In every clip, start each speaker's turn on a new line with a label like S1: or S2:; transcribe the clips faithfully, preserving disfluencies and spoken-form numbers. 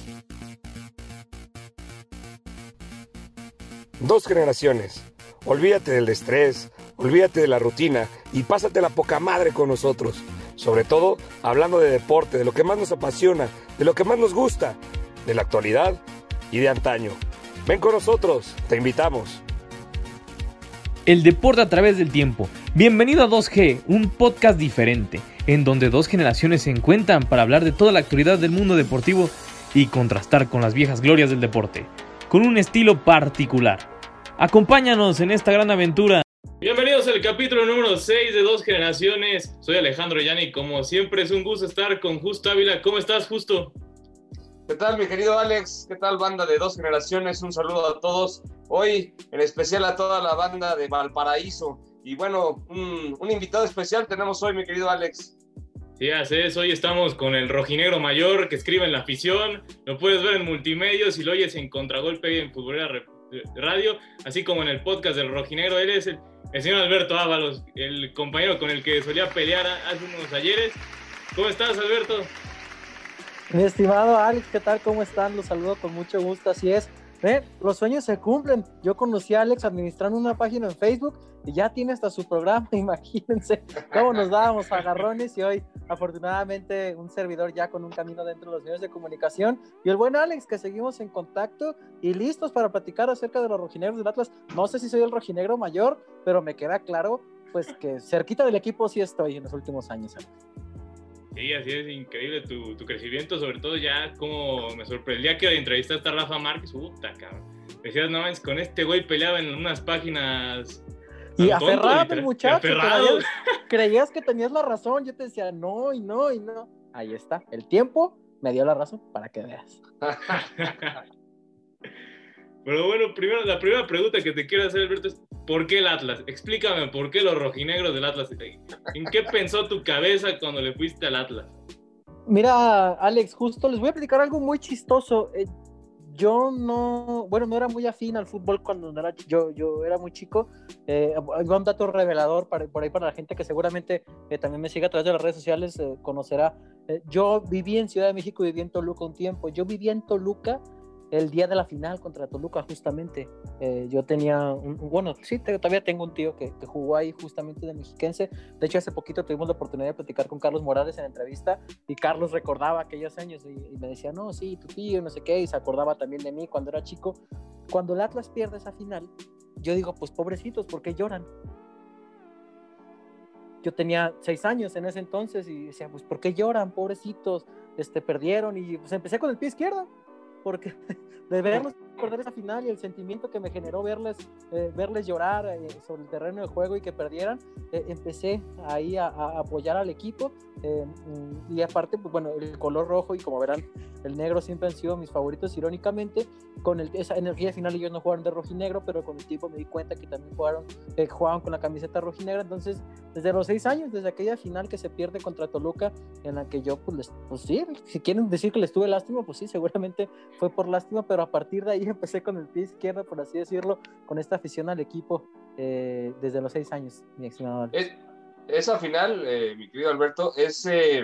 S1: Dos generaciones. Olvídate del estrés, olvídate de la rutina y pásate la poca madre con nosotros. Sobre todo, hablando de deporte, de lo que más nos apasiona, de lo que más nos gusta, de la actualidad y de antaño. Ven con nosotros, te invitamos.
S2: El deporte a través del tiempo. Bienvenido a dos G, un podcast diferente, en donde dos generaciones se encuentran para hablar de toda la actualidad del mundo deportivo y contrastar con las viejas glorias del deporte, con un estilo particular. Acompáñanos en esta gran aventura.
S3: Bienvenidos al capítulo número seis de Dos Generaciones. Soy Alejandro Yani, como siempre es un gusto estar con Justo Ávila. ¿Cómo estás, Justo?
S4: ¿Qué tal, mi querido Alex? ¿Qué tal, banda de Dos Generaciones? Un saludo a todos. Hoy, en especial a toda la banda de Valparaíso. Y bueno, un, un invitado especial tenemos hoy, mi querido Alex.
S3: Sí, así es. Hoy estamos con el rojinegro mayor que escribe en La Afición. Lo puedes ver en Multimedios y lo oyes en Contragolpe en Futbolera Radio, así como en el podcast del rojinegro. Él es el, el señor Alberto Ábalos, el compañero con el que solía pelear hace unos ayeres. ¿Cómo estás, Alberto?
S5: Mi estimado Alex, ¿qué tal? ¿Cómo están? Los saludo con mucho gusto, así es. ¿Eh? Los sueños se cumplen. Yo conocí a Alex administrando una página en Facebook y ya tiene hasta su programa, imagínense cómo nos dábamos agarrones, y hoy afortunadamente un servidor ya con un camino dentro de los medios de comunicación, y el buen Alex, que seguimos en contacto y listos para platicar acerca de los rojinegros del Atlas. No sé si soy el rojinegro mayor, pero me queda claro pues que cerquita del equipo sí estoy en los últimos años, Alex.
S3: Sí, así es, increíble tu, tu crecimiento, sobre todo ya como me sorprendía que entrevistaste a Rafa Márquez. Puta, cabrón. Decías, no, es con este güey peleaba en unas páginas.
S5: Y aferrado el muchacho,
S3: aferrado.
S5: Creías, creías que tenías la razón. Yo te decía, no, y no, y no. Ahí está, el tiempo me dio la razón para que veas.
S3: Pero bueno, primero, la primera pregunta que te quiero hacer, Alberto, es ¿por qué el Atlas? Explícame por qué los rojinegros del Atlas. ¿En qué pensó tu cabeza cuando le fuiste al Atlas?
S5: Mira, Alex, justo les voy a platicar algo muy chistoso. Eh, yo no, bueno, no era muy afín al fútbol cuando era, yo, yo era muy chico. Eh, un dato revelador para, por ahí para la gente que seguramente eh, también me sigue a través de las redes sociales, eh, conocerá. Eh, yo viví en Ciudad de México y viví en Toluca un tiempo. Yo vivía en Toluca el día de la final contra Toluca, justamente. Eh, yo tenía, un, bueno, sí, te, todavía tengo un tío que, que jugó ahí justamente de mexiquense. De hecho, hace poquito tuvimos la oportunidad de platicar con Carlos Morales en entrevista, y Carlos recordaba aquellos años y, y me decía, no, sí, tu tío, no sé qué, y se acordaba también de mí cuando era chico. Cuando el Atlas pierde esa final, yo digo, pues pobrecitos, ¿por qué lloran? Yo tenía seis años en ese entonces y decía, pues ¿por qué lloran, pobrecitos? Este, perdieron, y pues empecé con el pie izquierdo, porque de verlos perder esa final y el sentimiento que me generó verles, eh, verles llorar eh, sobre el terreno de juego y que perdieran, eh, empecé ahí a, a apoyar al equipo, eh, y aparte, pues bueno, el color rojo y como verán, el negro siempre han sido mis favoritos, irónicamente. Con el, esa energía final ellos no jugaron de rojinegro, pero con el tiempo me di cuenta que también jugaron, eh, jugaban con la camiseta rojinegra. Entonces, desde los seis años, desde aquella final que se pierde contra Toluca, en la que yo, pues, les, pues sí, si quieren decir que les tuve lástima, pues sí, seguramente fue por lástima, pero a partir de ahí empecé con el pie izquierdo, por así decirlo, con esta afición al equipo, eh, desde los seis años, mi estimado.
S4: Es, esa final, eh, mi querido Alberto, es eh,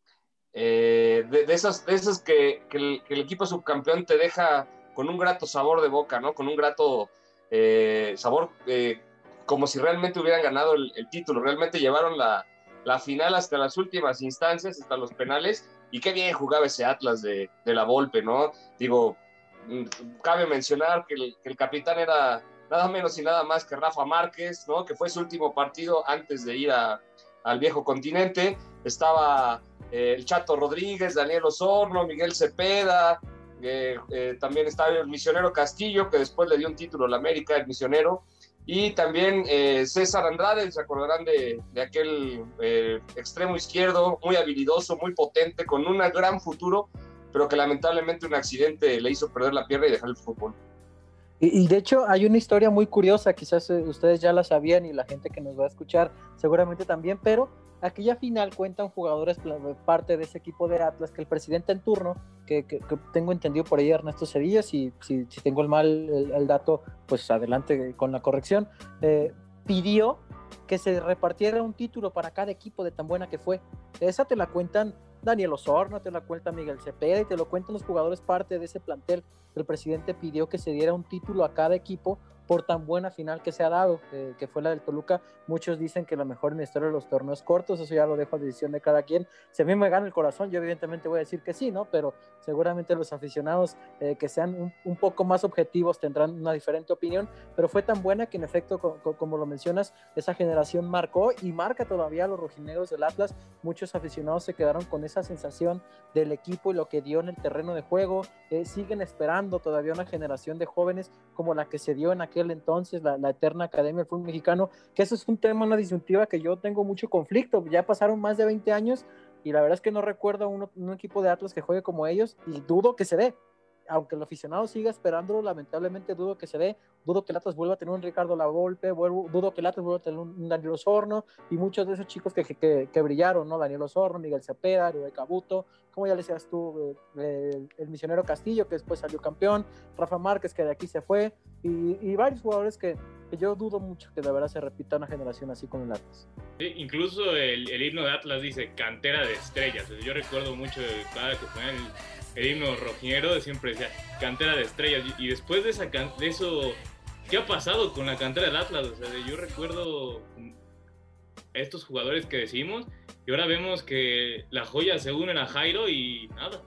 S4: eh, de, de esas, de esas que, que, el, que el equipo subcampeón te deja con un grato sabor de boca, ¿no? Con un grato eh, sabor, eh, como si realmente hubieran ganado el, el título. Realmente llevaron la, la final hasta las últimas instancias, hasta los penales, y qué bien jugaba ese Atlas de, de la Volpe, ¿no? Digo, cabe mencionar que el, que el capitán era nada menos y nada más que Rafa Márquez, ¿no? Que fue su último partido antes de ir a, al viejo continente. Estaba eh, el Chato Rodríguez, Daniel Osorno, Miguel Cepeda, eh, eh, también estaba el misionero Castillo, que después le dio un título a la América, el misionero, y también eh, César Andrade, se acordarán de, de aquel eh, extremo izquierdo, muy habilidoso, muy potente, con un gran futuro, pero que lamentablemente un accidente le hizo perder la pierna y dejar el fútbol.
S5: Y, y de hecho hay una historia muy curiosa, quizás eh, ustedes ya la sabían y la gente que nos va a escuchar seguramente también, pero aquella final cuentan jugadores, parte de ese equipo de Atlas, que el presidente en turno, que, que, que tengo entendido por ahí Ernesto Sevilla, si, si, si tengo el mal el, el dato, pues adelante con la corrección, eh, pidió que se repartiera un título para cada equipo de tan buena que fue. Esa te la cuentan Daniel Osorno, te lo cuenta Miguel Cepeda y te lo cuentan los jugadores parte de ese plantel. El presidente pidió que se diera un título a cada equipo por tan buena final que se ha dado, eh, que fue la del Toluca. Muchos dicen que la mejor en la historia de los torneos cortos, eso ya lo dejo a decisión de cada quien. Si a mí me gana el corazón, yo evidentemente voy a decir que sí, ¿no? Pero seguramente los aficionados eh, que sean un, un poco más objetivos tendrán una diferente opinión, pero fue tan buena que en efecto, co co como lo mencionas, esa generación marcó y marca todavía a los rojinegros del Atlas. Muchos aficionados se quedaron con esa sensación del equipo y lo que dio en el terreno de juego. Eh, siguen esperando todavía una generación de jóvenes como la que se dio en aquel entonces, la, la eterna Academia del Fútbol Mexicano, que eso es un tema, una disyuntiva que yo tengo mucho conflicto. Ya pasaron más de veinte años y la verdad es que no recuerdo un, un equipo de Atlas que juegue como ellos y dudo que se dé. Aunque el aficionado siga esperándolo, lamentablemente dudo que se dé. Dudo que el Atlas vuelva a tener un Ricardo Lavolpe, vuelvo, dudo que el Atlas vuelva a tener un, un Daniel Osorno y muchos de esos chicos que, que, que brillaron, ¿no? Daniel Osorno, Miguel Cepeda, Rubén Cabuto, como ya le decías tú, eh, el, el misionero Castillo, que después salió campeón, Rafa Márquez, que de aquí se fue, y, y varios jugadores que, que yo dudo mucho que de verdad se repita una generación así con el Atlas.
S3: Sí, incluso el, el himno de Atlas dice cantera de estrellas. Yo recuerdo mucho cada que ponían el, el himno rojinegro, siempre decía cantera de estrellas. Y, y después de, esa, de eso, ¿qué ha pasado con la cantera del Atlas? O sea, yo recuerdo estos jugadores que decimos y ahora vemos que la joya se unen a Jairo y nada.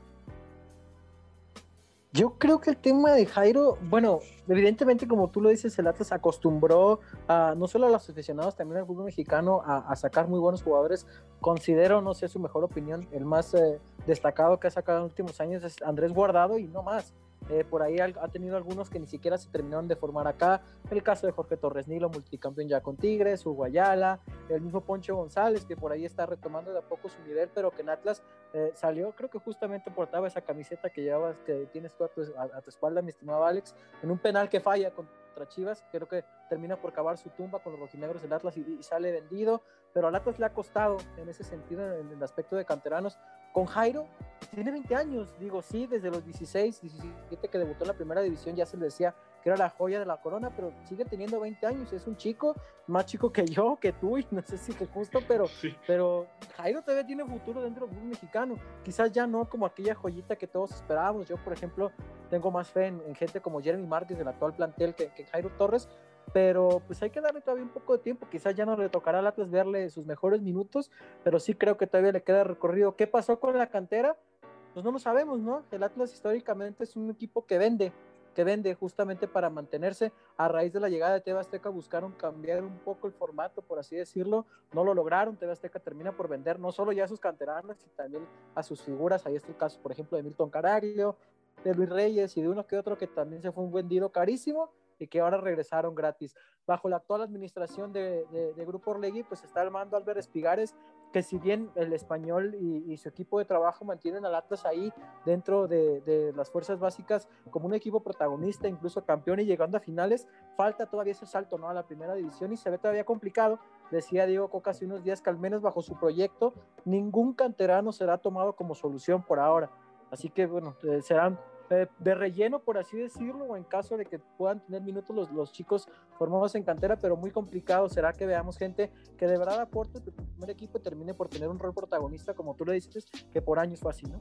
S5: Yo creo que el tema de Jairo, bueno, evidentemente como tú lo dices, el Atlas acostumbró a, no solo a los aficionados, también al fútbol mexicano a, a sacar muy buenos jugadores. Considero, no sé su mejor opinión, el más eh, destacado que ha sacado en los últimos años es Andrés Guardado y no más. Eh, por ahí ha, ha tenido algunos que ni siquiera se terminaron de formar acá. El caso de Jorge Torres Nilo, multicampeón ya con Tigres, Hugo Ayala, el mismo Poncho González, que por ahí está retomando de a poco su nivel, pero que en Atlas eh, salió, creo que justamente portaba esa camiseta que llevabas, que tienes tú a tu, a, a tu espalda, mi estimado Alex, en un penal que falla contra Chivas. Creo que termina por cavar su tumba con los rojinegros del Atlas y, y sale vendido, pero al Atlas le ha costado en ese sentido, en el aspecto de canteranos. Con Jairo, tiene veinte años, digo, sí, desde los dieciséis, diecisiete que debutó en la primera división ya se le decía que era la joya de la corona, pero sigue teniendo veinte años, es un chico, más chico que yo, que tú, y no sé si que justo, pero, sí. pero Jairo todavía tiene futuro dentro del fútbol mexicano, quizás ya no como aquella joyita que todos esperábamos. Yo, por ejemplo, tengo más fe en, en gente como Jeremy Márquez del actual plantel que, que Jairo Torres, pero pues hay que darle todavía un poco de tiempo. Quizás ya no le tocará al Atlas verle sus mejores minutos, pero sí creo que todavía le queda recorrido. ¿Qué pasó con la cantera? Pues no lo sabemos, ¿no? El Atlas históricamente es un equipo que vende, que vende justamente para mantenerse. A raíz de la llegada de T V Azteca buscaron cambiar un poco el formato, por así decirlo, no lo lograron. T V Azteca termina por vender no solo ya a sus canteranos, sino también a sus figuras. Ahí está el caso, por ejemplo, de Milton Caraglio, de Luis Reyes y de uno que otro que también se fue un vendido carísimo y que ahora regresaron gratis. Bajo la actual administración de, de, de Grupo Orlegui, pues está el mando Álvaro Espigares, que si bien el español y, y su equipo de trabajo mantienen al Atlas ahí dentro de, de las fuerzas básicas como un equipo protagonista, incluso campeón y llegando a finales, falta todavía ese salto, ¿no?, a la primera división y se ve todavía complicado. Decía Diego Coca hace unos días que al menos bajo su proyecto ningún canterano será tomado como solución por ahora. Así que bueno, eh, serán de relleno, por así decirlo, o en caso de que puedan tener minutos los, los chicos formados en cantera, pero muy complicado será que veamos gente que de verdad aporte el primer equipo y termine por tener un rol protagonista, como tú le dices, que por años fue así, ¿no?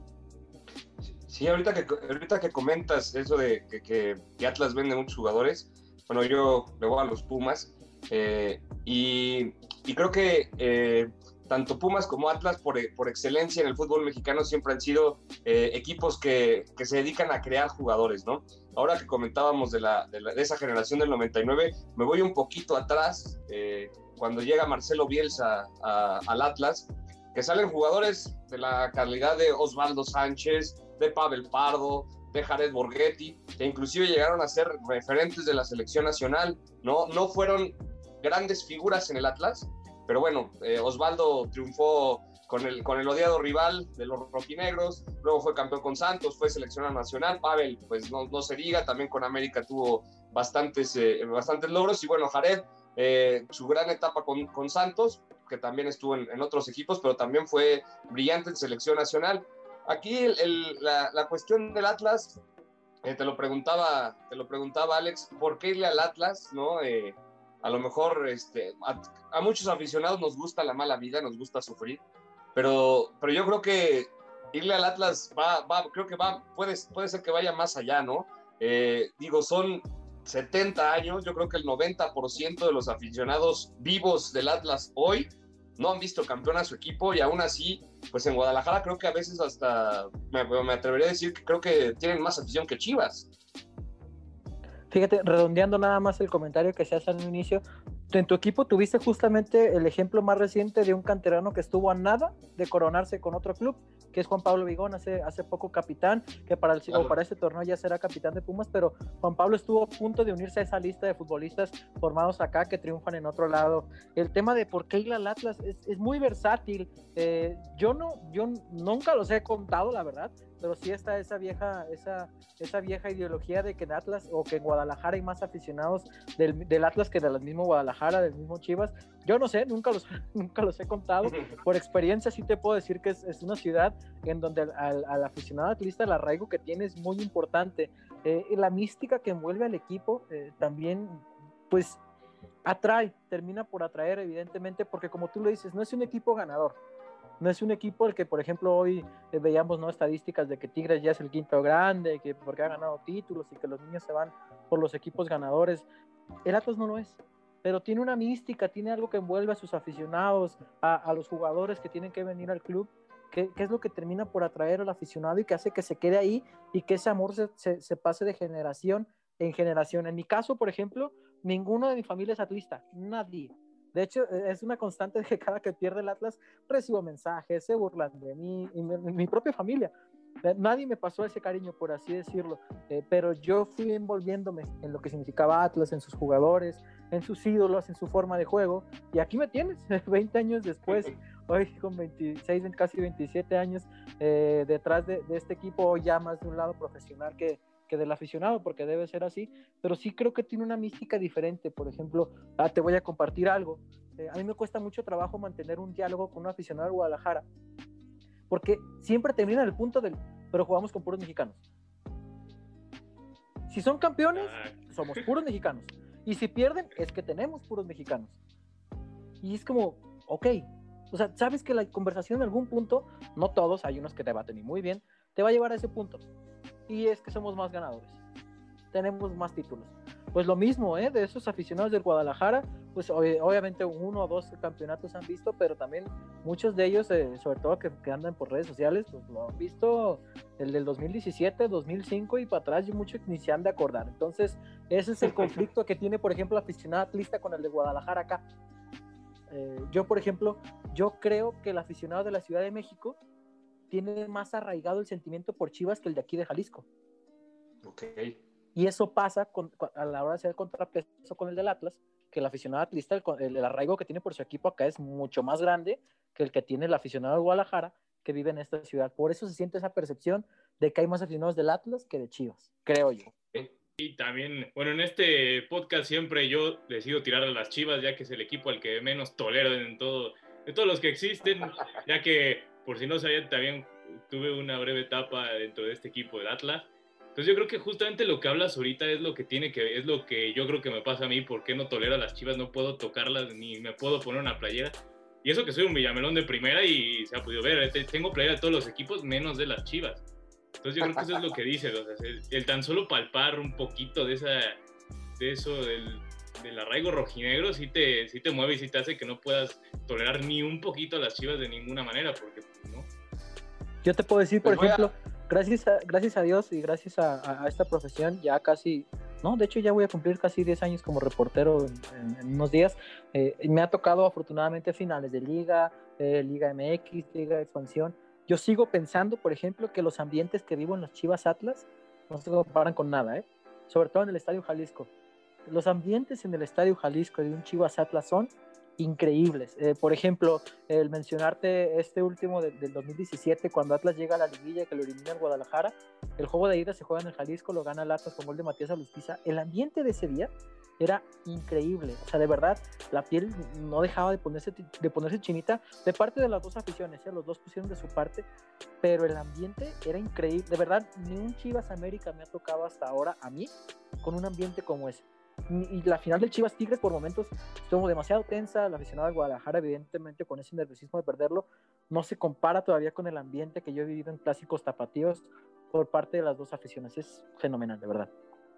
S4: Sí, ahorita que, ahorita que comentas eso de que, que, que Atlas vende muchos jugadores, bueno, yo le voy a los Pumas, eh, y, y creo que eh, tanto Pumas como Atlas, por, por excelencia en el fútbol mexicano, siempre han sido eh, equipos que, que se dedican a crear jugadores, ¿no? Ahora que comentábamos de, la, de, la, de esa generación del noventa y nueve, me voy un poquito atrás, eh, cuando llega Marcelo Bielsa a, al Atlas, que salen jugadores de la calidad de Osvaldo Sánchez, de Pavel Pardo, de Jared Borghetti, que inclusive llegaron a ser referentes de la selección nacional, ¿no? No fueron grandes figuras en el Atlas, pero bueno, eh, Osvaldo triunfó con el, con el odiado rival de los rojinegros, luego fue campeón con Santos, fue seleccionado nacional. Pavel, pues no, no se diga, también con América tuvo bastantes, eh, bastantes logros, y bueno, Jared, eh, su gran etapa con, con Santos, que también estuvo en, en otros equipos, pero también fue brillante en selección nacional. Aquí el, el, la, la cuestión del Atlas, eh, te lo preguntaba, te lo preguntaba Alex, ¿por qué irle al Atlas, no? Eh, a lo mejor este, a, a muchos aficionados nos gusta la mala vida, nos gusta sufrir, pero, pero yo creo que irle al Atlas va, va, creo que va, puede, puede ser que vaya más allá, ¿no? Eh, digo, son setenta años, yo creo que el noventa por ciento de los aficionados vivos del Atlas hoy no han visto campeón a su equipo y aún así, pues en Guadalajara creo que a veces hasta, me, me atrevería a decir que creo que tienen más afición que Chivas.
S5: Fíjate, redondeando nada más el comentario que se hace al inicio, en tu equipo tuviste justamente el ejemplo más reciente de un canterano que estuvo a nada de coronarse con otro club, que es Juan Pablo Vigón, hace, hace poco capitán, que para, el, claro. o para este torneo ya será capitán de Pumas, pero Juan Pablo estuvo a punto de unirse a esa lista de futbolistas formados acá que triunfan en otro lado. El tema de por qué ir al Atlas es, es muy versátil. Eh, yo no, yo nunca los he contado, la verdad, pero sí está esa vieja, esa, esa vieja ideología de que en Atlas o que en Guadalajara hay más aficionados del, del Atlas que del mismo Guadalajara, del mismo Chivas. Yo no sé, nunca los, nunca los he contado. Por experiencia sí te puedo decir que es, es una ciudad en donde al, al aficionado atlista el arraigo que tiene es muy importante. Eh, y la mística que envuelve al equipo eh, también, pues, atrae, termina por atraer, evidentemente, porque como tú lo dices, no es un equipo ganador. No es un equipo el que, por ejemplo, hoy eh, veíamos, ¿no?, estadísticas de que Tigres ya es el quinto grande, que porque ha ganado títulos y que los niños se van por los equipos ganadores. El Atlas no lo es, pero tiene una mística, tiene algo que envuelve a sus aficionados, a, a los jugadores que tienen que venir al club, que, que es lo que termina por atraer al aficionado y que hace que se quede ahí y que ese amor se, se, se pase de generación en generación. En mi caso, por ejemplo, ninguno de mi familia es atlista, nadie. De hecho, es una constante de que cada que pierde el Atlas recibo mensajes, se burlan de mí y mi, mi propia familia. Nadie me pasó ese cariño, por así decirlo, eh, pero yo fui envolviéndome en lo que significaba Atlas, en sus jugadores, en sus ídolos, en su forma de juego, y aquí me tienes, veinte años después, hoy con veintiséis, casi veintisiete años, eh, detrás de, de este equipo, hoy ya más de un lado profesional que, que del aficionado, porque debe ser así, pero sí creo que tiene una mística diferente. Por ejemplo, ah, te voy a compartir algo, eh, a mí me cuesta mucho trabajo mantener un diálogo con un aficionado de Guadalajara, porque siempre termina en el punto del, pero jugamos con puros mexicanos. Si son campeones, somos puros mexicanos, y si pierden, es que tenemos puros mexicanos. Y es como, ok, o sea, sabes que la conversación en algún punto, no todos, hay unos que debaten y muy bien, te va a llevar a ese punto. Y es que somos más ganadores, tenemos más títulos. Pues lo mismo, ¿eh? De esos aficionados del Guadalajara, pues ob- obviamente uno o dos campeonatos han visto, pero también muchos de ellos, eh, sobre todo que, que andan por redes sociales, pues lo han visto el del dos mil diecisiete, dos mil cinco y para atrás, y muchos ni se han de acordar. Entonces, ese es el conflicto que tiene, por ejemplo, el aficionado atlista con el de Guadalajara acá. Eh, yo, por ejemplo, yo creo que el aficionado de la Ciudad de México tiene más arraigado el sentimiento por Chivas que el de aquí de Jalisco.
S4: Ok.
S5: Y eso pasa con, a la hora de hacer contrapeso con el del Atlas, que el aficionado atlista, el, el, el arraigo que tiene por su equipo acá es mucho más grande que el que tiene el aficionado de Guadalajara, que vive en esta ciudad. Por eso se siente esa percepción de que hay más aficionados del Atlas que de Chivas, creo yo.
S3: Y también, bueno, en este podcast siempre yo decido tirar a las Chivas, ya que es el equipo al que menos tolero en todo, de todos los que existen, ya que, por si no sabían, también tuve una breve etapa dentro de este equipo del Atlas. Entonces yo creo que justamente lo que hablas ahorita es lo que tiene que, es lo que yo creo que me pasa a mí, por qué no tolero a las Chivas, no puedo tocarlas ni me puedo poner una playera. Y eso que soy un Villamelón de primera y se ha podido ver, tengo playera de todos los equipos menos de las Chivas. Entonces yo creo que eso es lo que dices, o sea, el, el tan solo palpar un poquito de, esa, de eso, del, del arraigo rojinegro, sí te, sí te mueve y sí te hace que no puedas tolerar ni un poquito a las Chivas de ninguna manera, porque no.
S5: Yo te puedo decir, por
S4: pues
S5: ejemplo,
S4: a...
S5: gracias, a, gracias a Dios y gracias a, a esta profesión, ya casi, no, de hecho ya voy a cumplir casi diez años como reportero en, en, en unos días. Eh, me ha tocado afortunadamente finales de Liga, eh, Liga M X, Liga de Expansión. Yo sigo pensando, por ejemplo, que los ambientes que vivo en los Chivas Atlas no se comparan con nada, ¿eh? Sobre todo en el Estadio Jalisco. Los ambientes en el Estadio Jalisco de un Chivas Atlas son increíbles. Eh, por ejemplo, el mencionarte este último de, del dos mil diecisiete, cuando Atlas llega a la liguilla que lo elimina el Guadalajara, el juego de ida se juega en el Jalisco, lo gana el Atlas con gol de Matías Alustiza. El ambiente de ese día era increíble, o sea, de verdad, la piel no dejaba de ponerse, de ponerse chinita de parte de las dos aficiones, ¿eh? Los dos pusieron de su parte, pero el ambiente era increíble, de verdad, ni un Chivas América me ha tocado hasta ahora a mí con un ambiente como ese. Y la final del Chivas Tigres por momentos estuvo demasiado tensa, la aficionada de Guadalajara evidentemente con ese nerviosismo de perderlo, no se compara todavía con el ambiente que yo he vivido en clásicos tapatíos por parte de las dos aficiones. Es fenomenal, de verdad.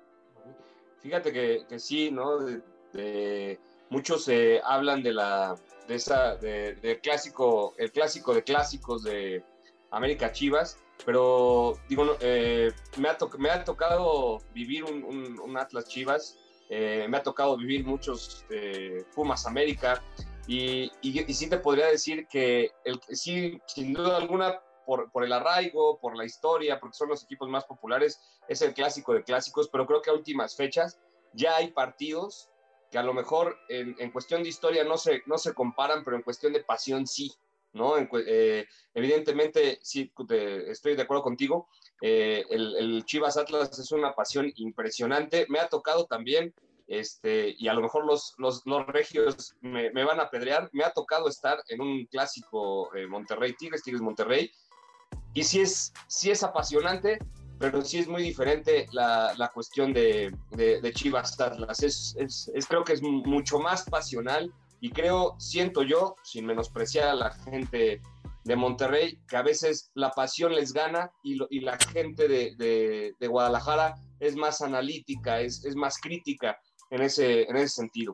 S4: Fíjate que, que sí, ¿no? De, de, muchos eh, hablan de la de esa de, de clásico, el clásico de clásicos de América Chivas, pero digo, eh, me, ha to, me ha tocado vivir un, un, un Atlas Chivas, eh, me ha tocado vivir muchos eh, Pumas América, y, y, y sí te podría decir que el, sí, sin duda alguna, por, por el arraigo, por la historia, porque son los equipos más populares, es el clásico de clásicos, pero creo que a últimas fechas ya hay partidos que a lo mejor en, en cuestión de historia no se, no se comparan, pero en cuestión de pasión sí, ¿no? En, eh, evidentemente, sí, te, estoy de acuerdo contigo, eh, el, el Chivas Atlas es una pasión impresionante, me ha tocado también, este, y a lo mejor los, los, los regios me, me van a apedrear, me ha tocado estar en un clásico eh, Monterrey Tigres, Tigres Monterrey, y sí es, sí es apasionante, pero sí es muy diferente la, la cuestión de, de, de Chivas Atlas. Es, es, es, creo que es mucho más pasional y creo, siento yo, sin menospreciar a la gente de Monterrey, que a veces la pasión les gana y, lo, y la gente de, de, de Guadalajara es más analítica, es, es más crítica en ese, en ese sentido.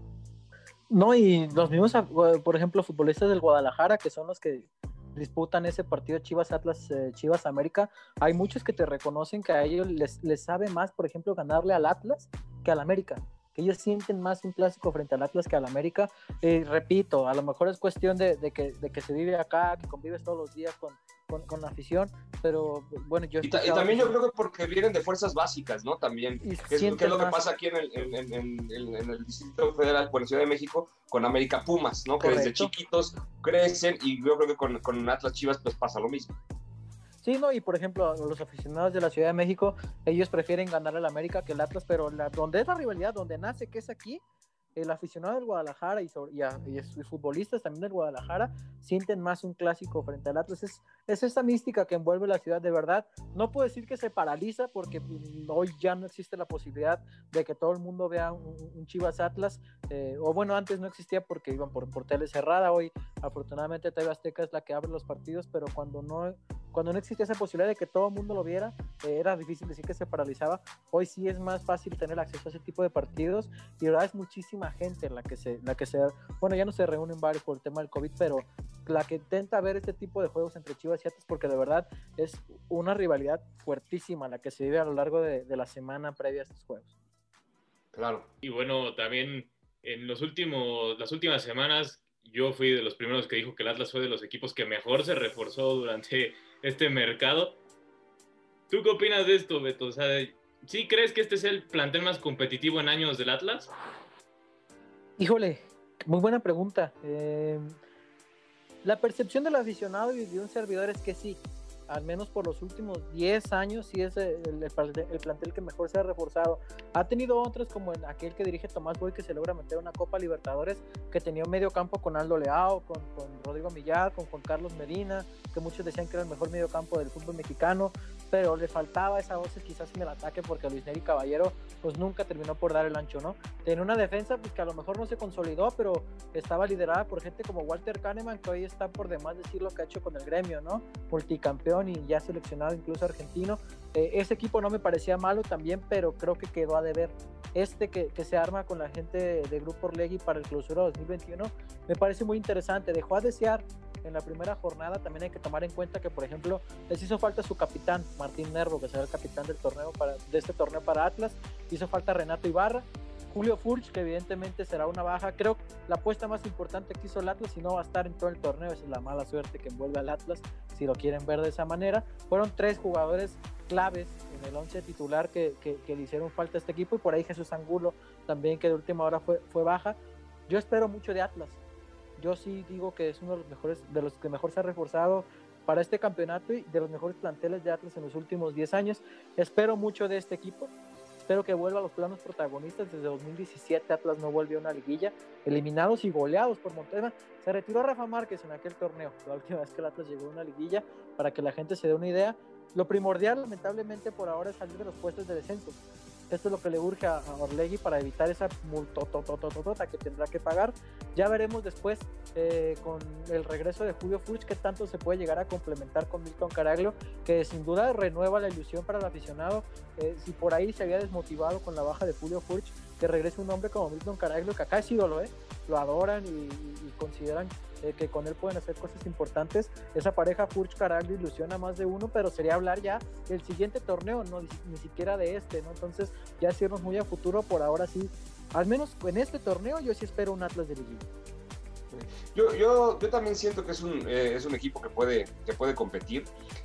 S5: No, y los mismos, por ejemplo, futbolistas del Guadalajara, que son los que disputan ese partido Chivas Atlas, eh, Chivas América, hay muchos que te reconocen que a ellos les, les sabe más, por ejemplo, ganarle al Atlas que al América, que ellos sienten más un clásico frente al Atlas que al América. Eh, repito, a lo mejor es cuestión de, de, que, de que se vive acá, que convives todos los días con, con, con la afición, pero bueno, yo...
S4: Y, ta, y también yo creo que porque vienen de fuerzas básicas, ¿no? También, que es, que es lo que pasa aquí en el, en, en, en, en el Distrito Federal, por la Ciudad de México, con América Pumas, ¿no? Correcto. Que desde chiquitos crecen, y yo creo que con, con Atlas Chivas pues pasa lo mismo.
S5: Sí, no, y por ejemplo, los aficionados de la Ciudad de México, ellos prefieren ganar al América que el Atlas, pero la, donde es la rivalidad, donde nace, que es aquí, el aficionado del Guadalajara y, sobre, y, a, y, y futbolistas también del Guadalajara sienten más un clásico frente al Atlas. Es, es esa mística que envuelve la ciudad de verdad. No puedo decir que se paraliza porque hoy ya no existe la posibilidad de que todo el mundo vea un, un Chivas Atlas, eh, o bueno, antes no existía porque iban por, por tele cerrada. Hoy afortunadamente T V Azteca es la que abre los partidos, pero cuando no cuando no existía esa posibilidad de que todo el mundo lo viera, eh, era difícil decir que se paralizaba. Hoy sí es más fácil tener acceso a ese tipo de partidos, y de verdad es muchísima gente la que se, la que se, bueno, ya no se reúnen varios por el tema del COVID, pero la que intenta ver este tipo de juegos entre Chivas y Atlas, porque de verdad es una rivalidad fuertísima la que se vive a lo largo de, de la semana previa a estos juegos.
S4: Claro.
S3: Y bueno, también en los últimos, las últimas semanas, yo fui de los primeros que dijo que el Atlas fue de los equipos que mejor se reforzó durante este mercado. ¿Tú qué opinas de esto, Beto? O sea, ¿sí crees que este es el plantel más competitivo en años del Atlas?
S5: Híjole, muy buena pregunta. Eh, la percepción del aficionado y de un servidor es que sí, al menos por los últimos diez años, sí es el, el, el plantel que mejor se ha reforzado. Ha tenido otros, como en aquel que dirige Tomás Boy, que se logra meter una Copa Libertadores, que tenía un medio campo con Aldo Leao, con, con Rodrigo Millar, con Juan Carlos Medina, que muchos decían que era el mejor medio campo del fútbol mexicano, pero le faltaba esa voz quizás en el ataque, porque Luis Neri Caballero pues nunca terminó por dar el ancho, ¿no? Tenía una defensa pues que a lo mejor no se consolidó, pero estaba liderada por gente como Walter Kahneman, que hoy está por demás decir lo que ha hecho con el gremio, ¿no? Multicampeón y ya seleccionado incluso argentino. Eh, ese equipo no me parecía malo también, pero creo que quedó a deber. Este que, que se arma con la gente de, de Grupo Orlegui para el Clausura dos mil veintiuno me parece muy interesante. Dejó a desear en la primera jornada. También hay que tomar en cuenta que, por ejemplo, les hizo falta su capitán Martín Nervo, que será el capitán del torneo para, de este torneo para Atlas. Hizo falta Renato Ibarra, Julio Furch, que evidentemente será una baja. Creo que la apuesta más importante que hizo el Atlas, y no va a estar en todo el torneo, esa es la mala suerte que envuelve al Atlas, si lo quieren ver de esa manera. Fueron tres jugadores claves en el once titular que, que, que le hicieron falta a este equipo, y por ahí Jesús Angulo también, que de última hora fue, fue baja. Yo espero mucho de Atlas. Yo sí digo que es uno de los mejores, de los que mejor se ha reforzado para este campeonato y de los mejores planteles de Atlas en los últimos diez años. Espero mucho de este equipo. Espero que vuelva a los planos protagonistas. Desde dos mil diecisiete Atlas no volvió a una liguilla, eliminados y goleados por Monterrey. Se retiró Rafa Márquez en aquel torneo, la última vez que el Atlas llegó a una liguilla, para que la gente se dé una idea. Lo primordial, lamentablemente, por ahora es salir de los puestos de descenso. Esto es lo que le urge a, a Orlegui para evitar esa multototototota que tendrá que pagar. Ya veremos después eh, con el regreso de Julio Furch qué tanto se puede llegar a complementar con Milton Caraglio, que sin duda renueva la ilusión para el aficionado. Eh, si por ahí se había desmotivado con la baja de Julio Furch, que regrese un hombre como Milton Caraglio, que acá es ídolo, ¿eh? Lo adoran y, y, y consideran eh, que con él pueden hacer cosas importantes. Esa pareja Furch-Caraglio ilusiona a más de uno, pero sería hablar ya del siguiente torneo, no ni, ni siquiera de este, ¿no? Entonces ya es irnos muy a futuro. Por ahora sí, al menos en este torneo yo sí espero un Atlas de liguilla.
S4: Yo, yo, yo también siento que es un, eh, es un equipo que puede, que puede competir,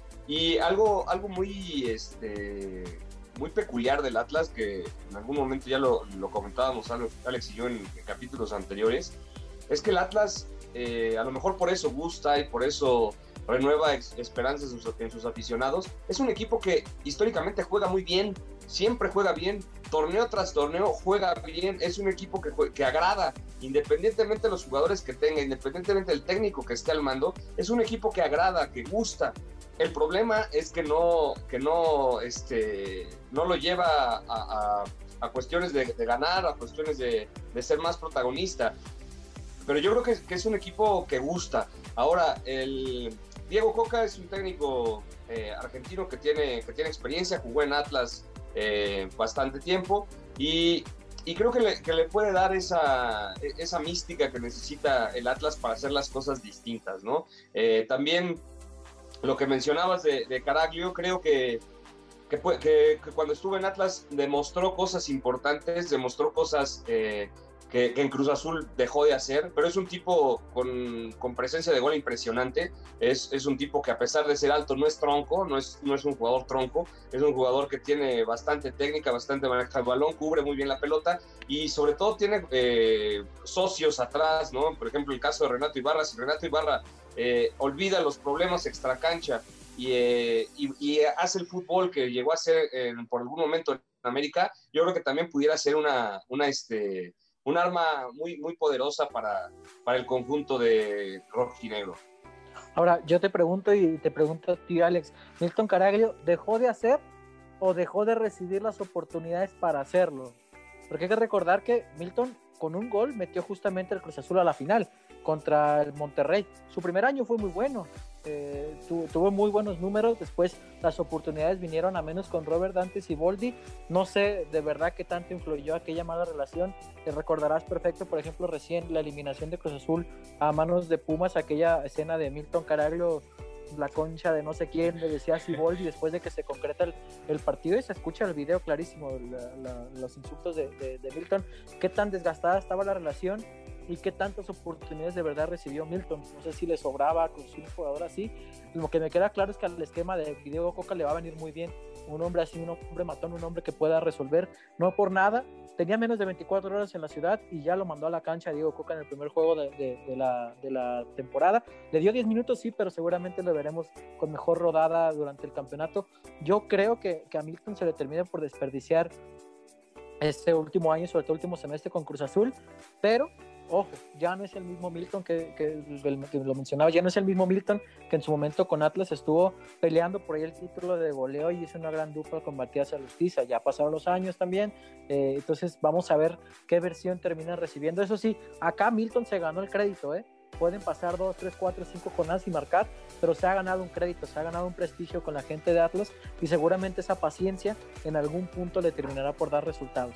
S4: y algo, algo muy, este, muy peculiar del Atlas, que en algún momento ya lo, lo comentábamos Alex y yo en, en capítulos anteriores, es que el Atlas, eh, a lo mejor por eso gusta y por eso renueva ex, esperanzas en sus, en sus aficionados. Es un equipo que históricamente juega muy bien, siempre juega bien, torneo tras torneo juega bien, es un equipo que, que agrada, independientemente de los jugadores que tenga, independientemente del técnico que esté al mando, es un equipo que agrada, que gusta. El problema es que no, que no, este, no lo lleva a, a, a cuestiones de, de ganar, a cuestiones de, de ser más protagonista. Pero yo creo que, que es un equipo que gusta. Ahora, el Diego Coca es un técnico eh, argentino que tiene, que tiene experiencia, jugó en Atlas eh, bastante tiempo, y, y creo que le, que le puede dar esa, esa mística que necesita el Atlas para hacer las cosas distintas, ¿no? Eh, también lo que mencionabas de, de Caraglio, creo que, que, que, que cuando estuvo en Atlas demostró cosas importantes, demostró cosas eh, que, que en Cruz Azul dejó de hacer, pero es un tipo con, con presencia de gol impresionante. Es, es un tipo que, a pesar de ser alto, no es tronco, no es, no es un jugador tronco, es un jugador que tiene bastante técnica, bastante maneja el balón, cubre muy bien la pelota, y sobre todo tiene eh, socios atrás, ¿no? Por ejemplo, el caso de Renato Ibarra. Si Renato Ibarra eh, olvida los problemas extracancha y, eh, y, y hace el fútbol que llegó a hacer eh, por algún momento en América, yo creo que también pudiera ser una, una este, un arma muy, muy poderosa para, para el conjunto de rojinegro.
S5: Ahora, yo te pregunto y te pregunto a ti, Alex, ¿Milton Caraglio dejó de hacer o dejó de recibir las oportunidades para hacerlo? Porque hay que recordar que Milton con un gol metió justamente el Cruz Azul a la final contra el Monterrey. Su primer año fue muy bueno, eh, tu, tuvo muy buenos números, después las oportunidades vinieron a menos con Robert Dante Siboldi. No sé de verdad qué tanto influyó aquella mala relación. Te recordarás perfecto, por ejemplo, recién la eliminación de Cruz Azul a manos de Pumas, aquella escena de Milton Caraglio, la concha de no sé quién, le decía a Siboldi después de que se concreta el, el partido, y se escucha el video clarísimo, la, la, los insultos de, de, de Milton. Qué tan desgastada estaba la relación y qué tantas oportunidades de verdad recibió Milton. No sé si le sobraba con un jugador así. Lo que me queda claro es que al esquema de Diego Coca le va a venir muy bien un hombre así, un hombre matón, un hombre que pueda resolver. No por nada tenía menos de veinticuatro horas en la ciudad y ya lo mandó a la cancha a Diego Coca en el primer juego de, de, de, la, de la temporada. Le dio diez minutos, sí, pero seguramente lo veremos con mejor rodada durante el campeonato. Yo creo que, que a Milton se le termina por desperdiciar este último año, sobre todo el último semestre con Cruz Azul, pero ojo, ya no es el mismo Milton que, que, que lo mencionaba, ya no es el mismo Milton que en su momento con Atlas estuvo peleando por ahí el título de goleo y hizo una gran dupla con Matías Alustiza. Ya pasaron los años también, eh, entonces vamos a ver qué versión termina recibiendo. Eso sí, acá Milton se ganó el crédito, ¿eh? Pueden pasar dos, tres, cuatro, cinco jornadas y marcar, pero se ha ganado un crédito, se ha ganado un prestigio con la gente de Atlas, y seguramente esa paciencia en algún punto le terminará por dar resultados.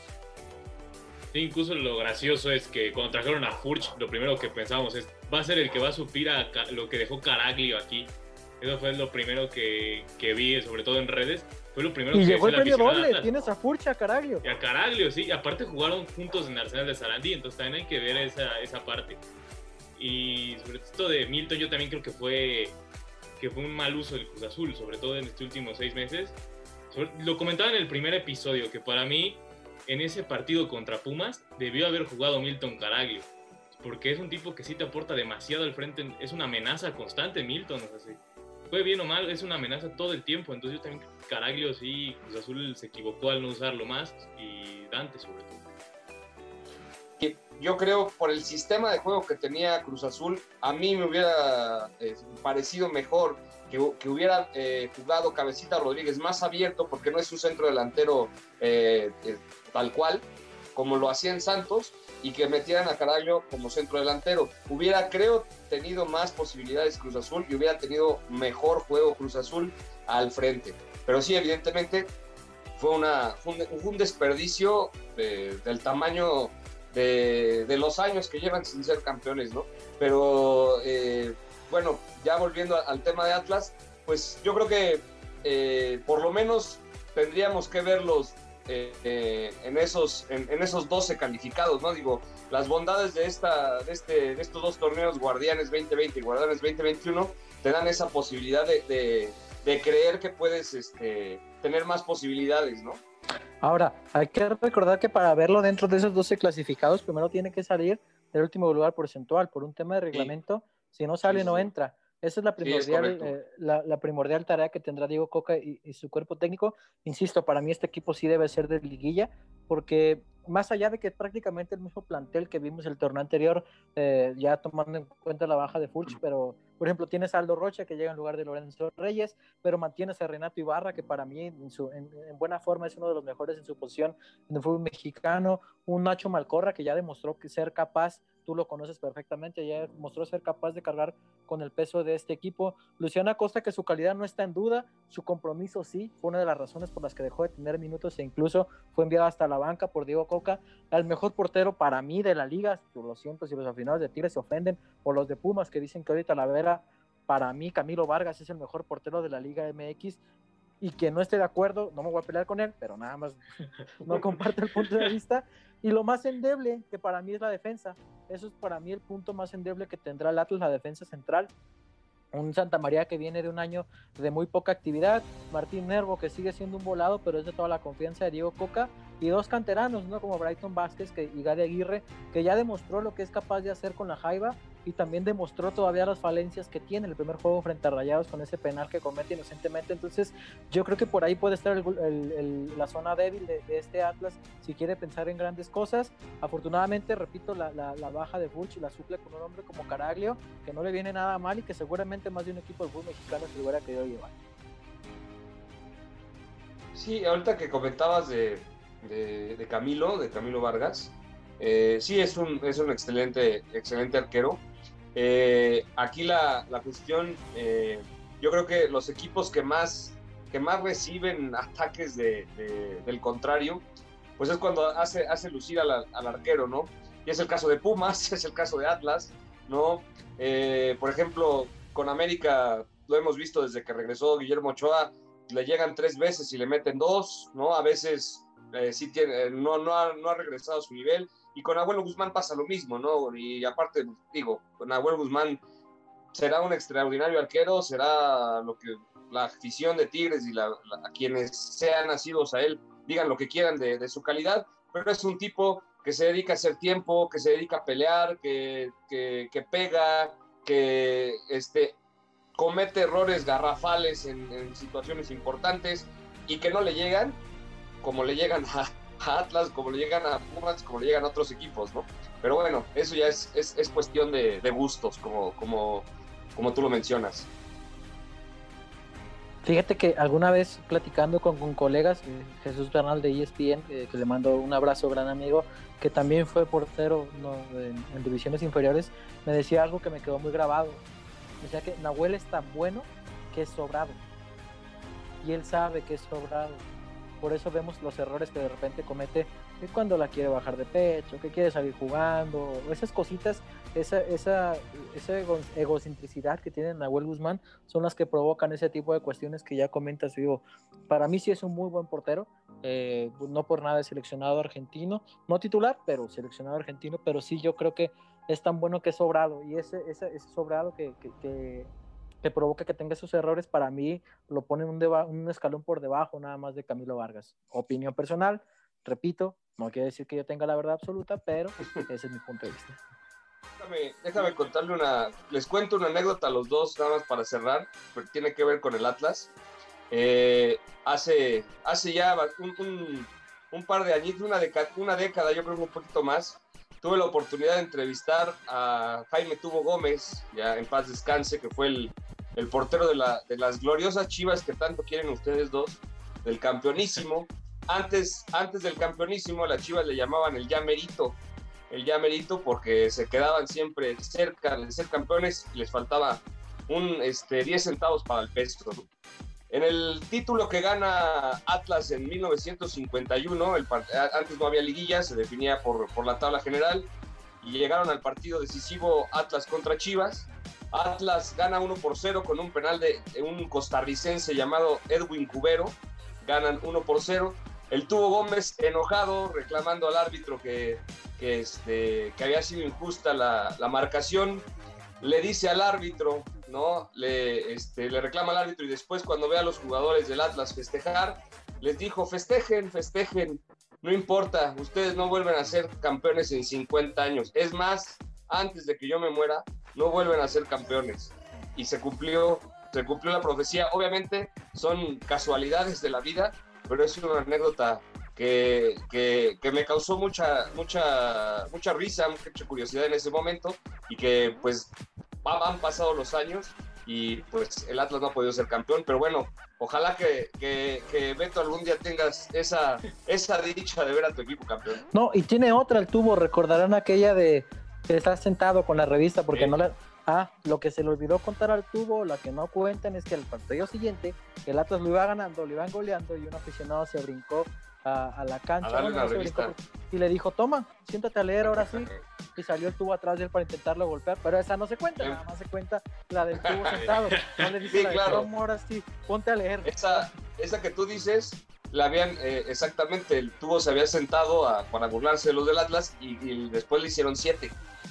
S3: Sí, incluso lo gracioso es que cuando trajeron a Furch, lo primero que pensamos es, va a ser el que va a suplir a lo que dejó Caraglio aquí. Eso fue lo primero que, que vi, sobre todo en redes. Fue lo primero
S5: y
S3: que
S5: llegó el premio doble, tienes a Furch y a Caraglio.
S3: Y a Caraglio, sí, y aparte jugaron juntos en Arsenal de Sarandí, entonces también hay que ver esa, esa parte. Y sobre esto de Milton, yo también creo que fue, que fue un mal uso del Cruz Azul, sobre todo en estos últimos seis meses. Sobre, lo comentaba en el primer episodio, que para mí, en ese partido contra Pumas, debió haber jugado Milton Caraglio, porque es un tipo que sí te aporta demasiado al frente, es una amenaza constante Milton, o sea, sí, fue bien o mal, es una amenaza todo el tiempo. Entonces yo también creo que Caraglio sí, Cruz Azul se equivocó al no usarlo más, y Dante sobre todo.
S4: yo creo por el sistema de juego que tenía Cruz Azul, a mí me hubiera eh, parecido mejor que, que hubiera eh, jugado Cabecita Rodríguez más abierto, porque no es un centro delantero eh, eh, tal cual, como lo hacía en Santos, y que metieran a Caraglio como centro delantero. Hubiera, creo, tenido más posibilidades Cruz Azul y hubiera tenido mejor juego Cruz Azul al frente. Pero sí, evidentemente, fue, una, fue, un, fue un desperdicio de, del tamaño de, de los años que llevan sin ser campeones, ¿no? Pero, eh, bueno, ya volviendo al tema de Atlas, pues yo creo que eh, por lo menos tendríamos que verlos Eh, eh, en, esos, en, en esos doce calificados, ¿no? Digo, las bondades de, esta, de, este, de estos dos torneos, Guardianes veinte veinte y Guardianes veinte veintiuno, te dan esa posibilidad de, de, de creer que puedes este, tener más posibilidades, ¿no?
S5: Ahora, hay que recordar que para verlo dentro de esos doce clasificados, primero tiene que salir del último lugar porcentual, por un tema de reglamento, sí. Si no sale, sí, sí, no sí. entra. Esa es la primordial, sí, es eh, la, la primordial tarea que tendrá Diego Coca y, y su cuerpo técnico. Insisto, para mí este equipo sí debe ser de liguilla, porque más allá de que prácticamente el mismo plantel que vimos el torneo anterior, eh, ya tomando en cuenta la baja de Furch, pero por ejemplo tienes a Aldo Rocha que llega en lugar de Lorenzo Reyes, pero mantienes a Renato Ibarra, que para mí en, su, en, en buena forma es uno de los mejores en su posición en el fútbol mexicano, un Nacho Malcorra que ya demostró que ser capaz, tú lo conoces perfectamente, ya mostró ser capaz de cargar con el peso de este equipo. Luciano Acosta, que su calidad no está en duda, su compromiso sí, fue una de las razones por las que dejó de tener minutos e incluso fue enviado hasta la banca por Diego Coca. El mejor portero para mí de la liga, lo siento si los aficionados de Tigres se ofenden, o los de Pumas que dicen que ahorita Talavera, para mí Camilo Vargas es el mejor portero de la Liga M X, y que no esté de acuerdo, no me voy a pelear con él, pero nada más no comparto el punto de vista. Y lo más endeble, que para mí es la defensa, eso es para mí el punto más endeble que tendrá el Atlas, la defensa central. Un Santa María que viene de un año de muy poca actividad, Martín Nervo que sigue siendo un volado, pero es de toda la confianza de Diego Coca, y dos canteranos, ¿no? Como Brighton Vázquez que, y Gary Aguirre, que ya demostró lo que es capaz de hacer con la Jaiba, y también demostró todavía las falencias que tiene el primer juego frente a Rayados con ese penal que comete inocentemente. Entonces yo creo que por ahí puede estar el, el, el, la zona débil de, de este Atlas si quiere pensar en grandes cosas. Afortunadamente, repito, la, la, la baja de Furch la suple con un hombre como Caraglio, que no le viene nada mal y que seguramente más de un equipo del fútbol mexicano se lo hubiera querido llevar.
S4: Sí, ahorita que comentabas de, de, de Camilo, de Camilo Vargas, eh, sí es un, es un excelente, excelente arquero. Eh, aquí la, la cuestión, eh, yo creo que los equipos que más, que más reciben ataques de, de, del contrario, pues es cuando hace, hace lucir al, al arquero, ¿no? Y es el caso de Pumas, es el caso de Atlas, ¿no? Eh, por ejemplo, con América lo hemos visto desde que regresó Guillermo Ochoa, le llegan tres veces y le meten dos, ¿no? A veces eh, sí tiene, no, no, ha, no ha regresado a su nivel. Y con Nahuel Guzmán pasa lo mismo, ¿no? Y aparte, digo, con Nahuel Guzmán será un extraordinario arquero, será lo que la afición de Tigres y la, la, a quienes sean nacidos a él digan lo que quieran de, de su calidad, pero es un tipo que se dedica a hacer tiempo, que se dedica a pelear, que, que, que pega, que este, comete errores garrafales en, en situaciones importantes y que no le llegan como le llegan a a Atlas, como le llegan a Pumas, como le llegan a otros equipos, ¿no? Pero bueno, eso ya es, es, es cuestión de, de gustos, como, como, como tú lo mencionas.
S5: Fíjate que alguna vez platicando con, con colegas, eh, Jesús Bernal de E S P N, eh, que le mando un abrazo, gran amigo, que también fue portero, ¿no? en, en divisiones inferiores, me decía algo que me quedó muy grabado. Me decía que Nahuel es tan bueno que es sobrado. Y él sabe que es sobrado. Por eso vemos los errores que de repente comete, que cuando la quiere bajar de pecho, que quiere salir jugando, esas cositas, esa, esa, esa ego, egocentricidad que tiene Nahuel Guzmán son las que provocan ese tipo de cuestiones que ya comentas. Digo, para mí sí es un muy buen portero, eh, no por nada es seleccionado argentino, no titular, pero seleccionado argentino, pero sí yo creo que es tan bueno que es sobrado, y ese, ese, ese sobrado que, que, que que provoca que tenga esos errores, para mí lo pone un, deba- un escalón por debajo nada más de Camilo Vargas. Opinión personal, repito, no quiere decir que yo tenga la verdad absoluta, pero ese es mi punto de vista.
S4: Déjame, déjame contarle una, les cuento una anécdota a los dos, nada más para cerrar, porque tiene que ver con el Atlas. Eh, hace, hace ya un, un, un par de años, una década, una década, yo creo que un poquito más, tuve la oportunidad de entrevistar a Jaime Tubo Gómez, ya en paz descanse, que fue el, el portero de, la, de las gloriosas Chivas que tanto quieren ustedes dos, del campeonísimo. Antes, antes del campeonísimo, a las Chivas le llamaban el ya merito, el ya merito porque se quedaban siempre cerca de ser campeones y les faltaba un este, diez centavos para el peso, ¿no? En el título que gana Atlas en mil novecientos cincuenta y uno, el, antes no había liguilla, se definía por, por la tabla general, y llegaron al partido decisivo Atlas contra Chivas. Atlas gana uno por cero con un penal de, de un costarricense llamado Edwin Cubero, ganan uno por cero. El Tubo Gómez enojado, reclamando al árbitro que, que, este, que había sido injusta la, la marcación, le dice al árbitro, ¿no? Le, este, le reclama al árbitro y después cuando ve a los jugadores del Atlas festejar, les dijo, festejen, festejen, no importa, ustedes no vuelven a ser campeones en cincuenta años. Es más, antes de que yo me muera, no vuelven a ser campeones. Y se cumplió, se cumplió la profecía. Obviamente son casualidades de la vida, pero es una anécdota que, que, que me causó mucha, mucha, mucha risa, mucha curiosidad en ese momento, y que pues han pasado los años y pues el Atlas no ha podido ser campeón, pero bueno, ojalá que, que, que Beto algún día tengas esa, esa dicha de ver a tu equipo campeón.
S5: No, y tiene otra el Tubo, recordarán aquella de que está sentado con la revista porque sí. no la... Ah, lo que se le olvidó contar al Tubo, la que no cuentan es que el partido siguiente, el Atlas lo iba ganando, lo iban goleando y un aficionado se brincó a, a la cancha,
S4: a darle
S5: bueno,
S4: una revista.
S5: Y le dijo, toma, siéntate a leer ahora sí, y salió el Tubo atrás de él para intentarlo golpear, pero esa no se cuenta, nada más se cuenta la del Tubo sentado, no le dice
S4: sí,
S5: la
S4: claro.
S5: de ahora sí, ponte a leer.
S4: Esa, esa que tú dices, la habían, eh, exactamente, el Tubo se había sentado a, para burlarse de los del Atlas y, y después le hicieron siete.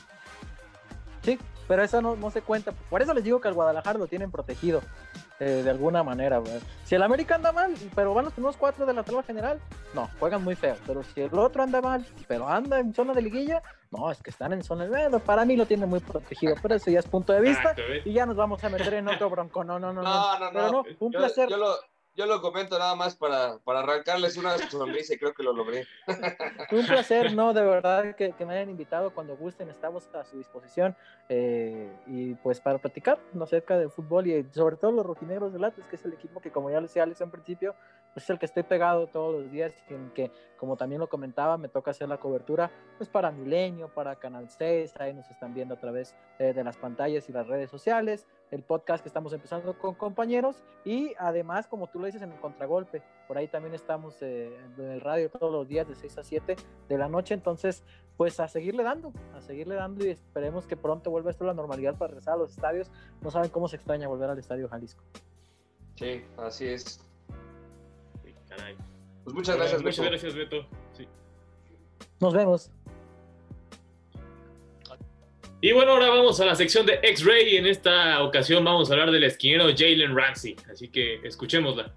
S5: Sí, pero eso no, no se cuenta. Por eso les digo que al Guadalajara lo tienen protegido eh, de alguna manera, güey. Si el América anda mal, pero van los primeros cuatro de la tabla general, no, juegan muy feo. Pero si el otro anda mal, pero anda en zona de liguilla, no, es que están en zona de... Bueno, para mí lo tienen muy protegido, pero eso ya es punto de vista.
S3: Exacto, ¿eh?
S5: Y ya nos vamos a meter en otro bronco. No, no, no, no.
S4: No, no,
S5: Pero
S4: no.
S5: no, un
S4: yo,
S5: placer.
S4: Yo lo, yo lo comento nada más para, para arrancarles una sonrisa y creo que lo logré.
S5: Un placer, no, de verdad que, que me hayan invitado. Cuando gusten, estamos a su disposición. Eh, y pues para platicar ¿no? acerca del fútbol y sobre todo los rojinegros del Atlas, que es el equipo que, como ya les decía Alex en principio, pues es el que estoy pegado todos los días, y en que, como también lo comentaba, me toca hacer la cobertura pues para Milenio, para Canal seis, ahí nos están viendo a través eh, de las pantallas y las redes sociales, el podcast que estamos empezando con compañeros, y además, como tú lo dices, en el Contragolpe, por ahí también estamos eh, en el radio todos los días de seis a siete de la noche. Entonces pues a seguirle dando, a seguirle dando y esperemos que pronto vuelva esto a la normalidad para regresar a los estadios. No saben cómo se extraña volver al Estadio Jalisco.
S4: Sí, así es.
S3: Sí, caray.
S4: Pues muchas gracias,
S3: Muchas
S4: Beto.
S3: gracias, Beto. Sí.
S5: Nos vemos.
S3: Y bueno, ahora vamos a la sección de X-Ray y en esta ocasión vamos a hablar del esquinero Jalen Ramsey, así que escuchémosla.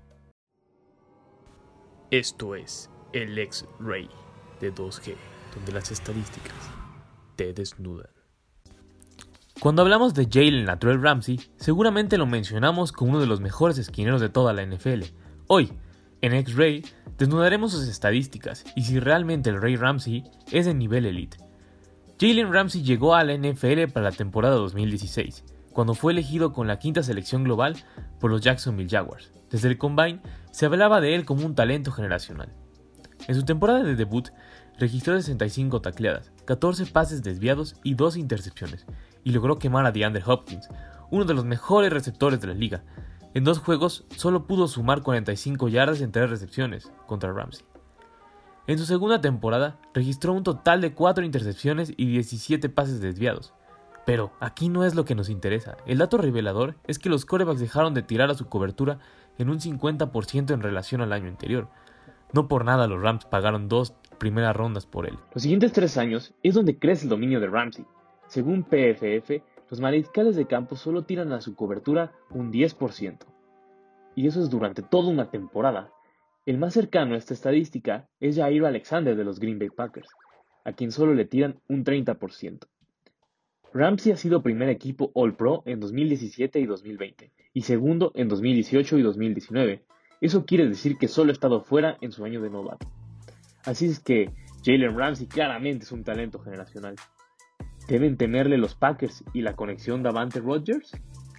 S2: Esto es el X-Ray de dos G, donde las estadísticas te desnudan. Cuando hablamos de Jalen Latrell Ramsey, seguramente lo mencionamos como uno de los mejores esquineros de toda la N F L. Hoy, en X-Ray, desnudaremos sus estadísticas y si realmente el Rey Ramsey es de nivel elite. Jalen Ramsey llegó a la N F L para la temporada dos mil dieciséis, cuando fue elegido con la quinta selección global por los Jacksonville Jaguars. Desde el Combine se hablaba de él como un talento generacional. En su temporada de debut registró sesenta y cinco tacleadas, catorce pases desviados y dos intercepciones, y logró quemar a DeAndre Hopkins, uno de los mejores receptores de la liga. En dos juegos solo pudo sumar cuarenta y cinco yardas en tres recepciones contra Ramsey. En su segunda temporada registró un total de cuatro intercepciones y diecisiete pases desviados. Pero aquí no es lo que nos interesa. El dato revelador es que los quarterbacks dejaron de tirar a su cobertura en un cincuenta por ciento en relación al año anterior. No por nada los Rams pagaron dos primeras rondas por él. Los siguientes tres años es donde crece el dominio de Ramsey. Según P F F, los mariscales de campo solo tiran a su cobertura un diez por ciento. Y eso es durante toda una temporada. El más cercano a esta estadística es Jair Alexander de los Green Bay Packers, a quien solo le tiran un treinta por ciento. Ramsey ha sido primer equipo All-Pro en dos mil diecisiete y dos mil veinte, y segundo en dos mil dieciocho y dos mil diecinueve. Eso quiere decir que solo ha estado fuera en su año de novato. Así es que Jalen Ramsey claramente es un talento generacional. ¿Deben temerle los Packers y la conexión Davante Rodgers?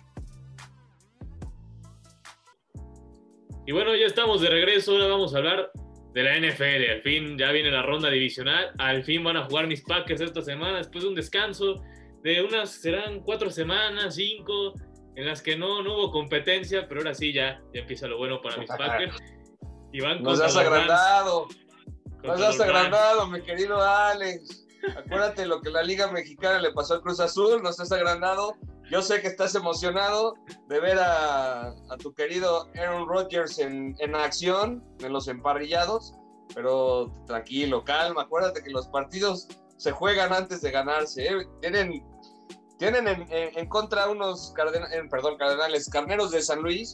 S3: Y bueno, ya estamos de regreso, ahora vamos a hablar de la N F L. Al fin ya viene la ronda divisional, al fin van a jugar mis Packers esta semana, después de un descanso de unas, serán cuatro semanas, cinco, en las que no, no hubo competencia, pero ahora sí ya, ya empieza lo bueno para mis Packers. Y van
S4: Nos has agrandado, nos has agrandado, mi querido Alex. Acuérdate lo que la Liga Mexicana le pasó al Cruz Azul, nos has agrandado. Yo sé que estás emocionado de ver a, a tu querido Aaron Rodgers en, en acción, en los emparrillados, pero tranquilo, calma, acuérdate que los partidos se juegan antes de ganarse, ¿eh? Tienen, tienen en, en, en contra unos carden, en, perdón, cardenales, carneros de San Luis,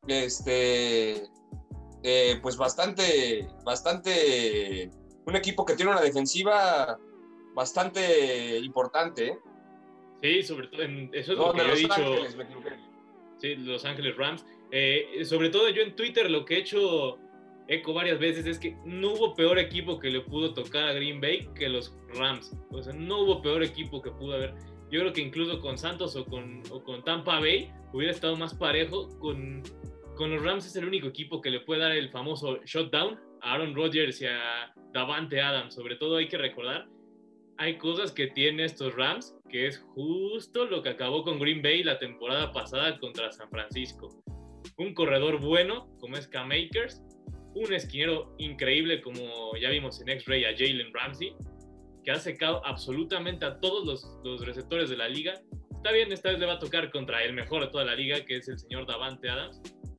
S4: este, eh, pues bastante, bastante, un equipo que tiene una defensiva bastante importante, ¿eh?
S3: Sí, sobre todo, en, eso es
S4: no,
S3: lo que yo he
S4: Los
S3: dicho.
S4: Ángeles, me equivoqué.
S3: Sí, Los Ángeles Rams. Eh, sobre todo yo en Twitter lo que he hecho eco varias veces es que no hubo peor equipo que le pudo tocar a Green Bay que los Rams. O sea, no hubo peor equipo que pudo haber. Yo creo que incluso con Santos o con, o con Tampa Bay hubiera estado más parejo. Con, con los Rams es el único equipo que le puede dar el famoso shutdown a Aaron Rodgers y a Davante Adams. Sobre todo hay que recordar, hay cosas que tienen estos Rams que es justo lo que acabó con Green Bay la temporada pasada contra San Francisco. Un corredor bueno como es Cam Akers, un esquinero increíble como ya vimos en X-Ray a Jalen Ramsey, que ha secado absolutamente a todos los, los receptores de la liga. Está bien, esta vez le va a tocar contra el mejor de toda la liga, que es el señor Davante Adams,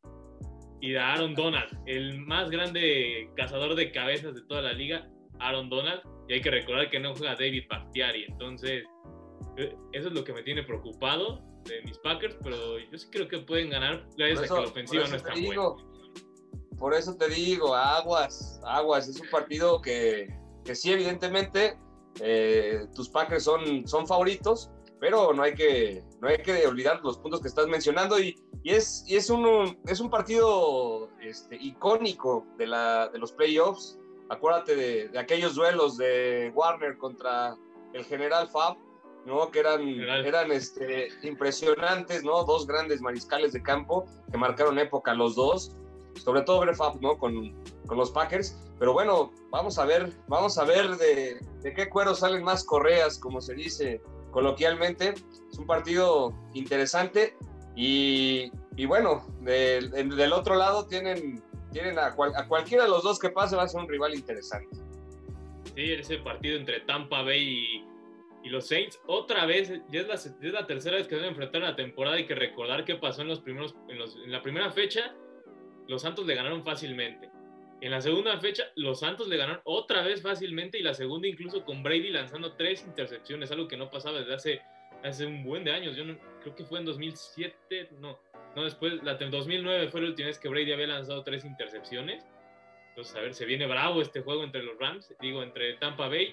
S3: y de Aaron Donald, el más grande cazador de cabezas de toda la liga, Aaron Donald, y hay que recordar que no juega David Bakhtiari, entonces eso es lo que me tiene preocupado de mis Packers, pero yo sí creo que pueden ganar gracias eso, a que la ofensiva no es tan buena.
S4: Por eso te digo, aguas, aguas, es un partido que, que sí, evidentemente, eh, tus Packers son, son favoritos, pero no hay que, no hay que olvidar los puntos que estás mencionando, y, y, es, y es, un, es un partido este, icónico de, la, de los playoffs. Acuérdate de, de aquellos duelos de Warner contra el General Fab, ¿no? Que eran, eran este, impresionantes, ¿no? Dos grandes mariscales de campo que marcaron época los dos, sobre todo Brett Favre, ¿no? Con, con los Packers. Pero bueno, vamos a ver, vamos a ver de, de qué cuero salen más correas, como se dice coloquialmente. Es un partido interesante y, y bueno, de, de, del otro lado tienen... Tienen a, cual, a cualquiera de los dos que pase va a ser un rival interesante.
S3: Sí, ese partido entre Tampa Bay y, y los Saints, otra vez, ya es la, es la tercera vez que deben enfrentar en la temporada. Hay que recordar qué pasó en, los primeros, en, los, en la primera fecha, los Santos le ganaron fácilmente. En la segunda fecha, los Santos le ganaron otra vez fácilmente, y la segunda incluso con Brady lanzando tres intercepciones, algo que no pasaba desde hace, hace un buen de años. Yo no, creo que fue en dos mil siete, no... No, después, la del dos mil nueve fue la última vez que Brady había lanzado tres intercepciones. Entonces, a ver, se viene bravo este juego entre los Rams, digo, entre Tampa Bay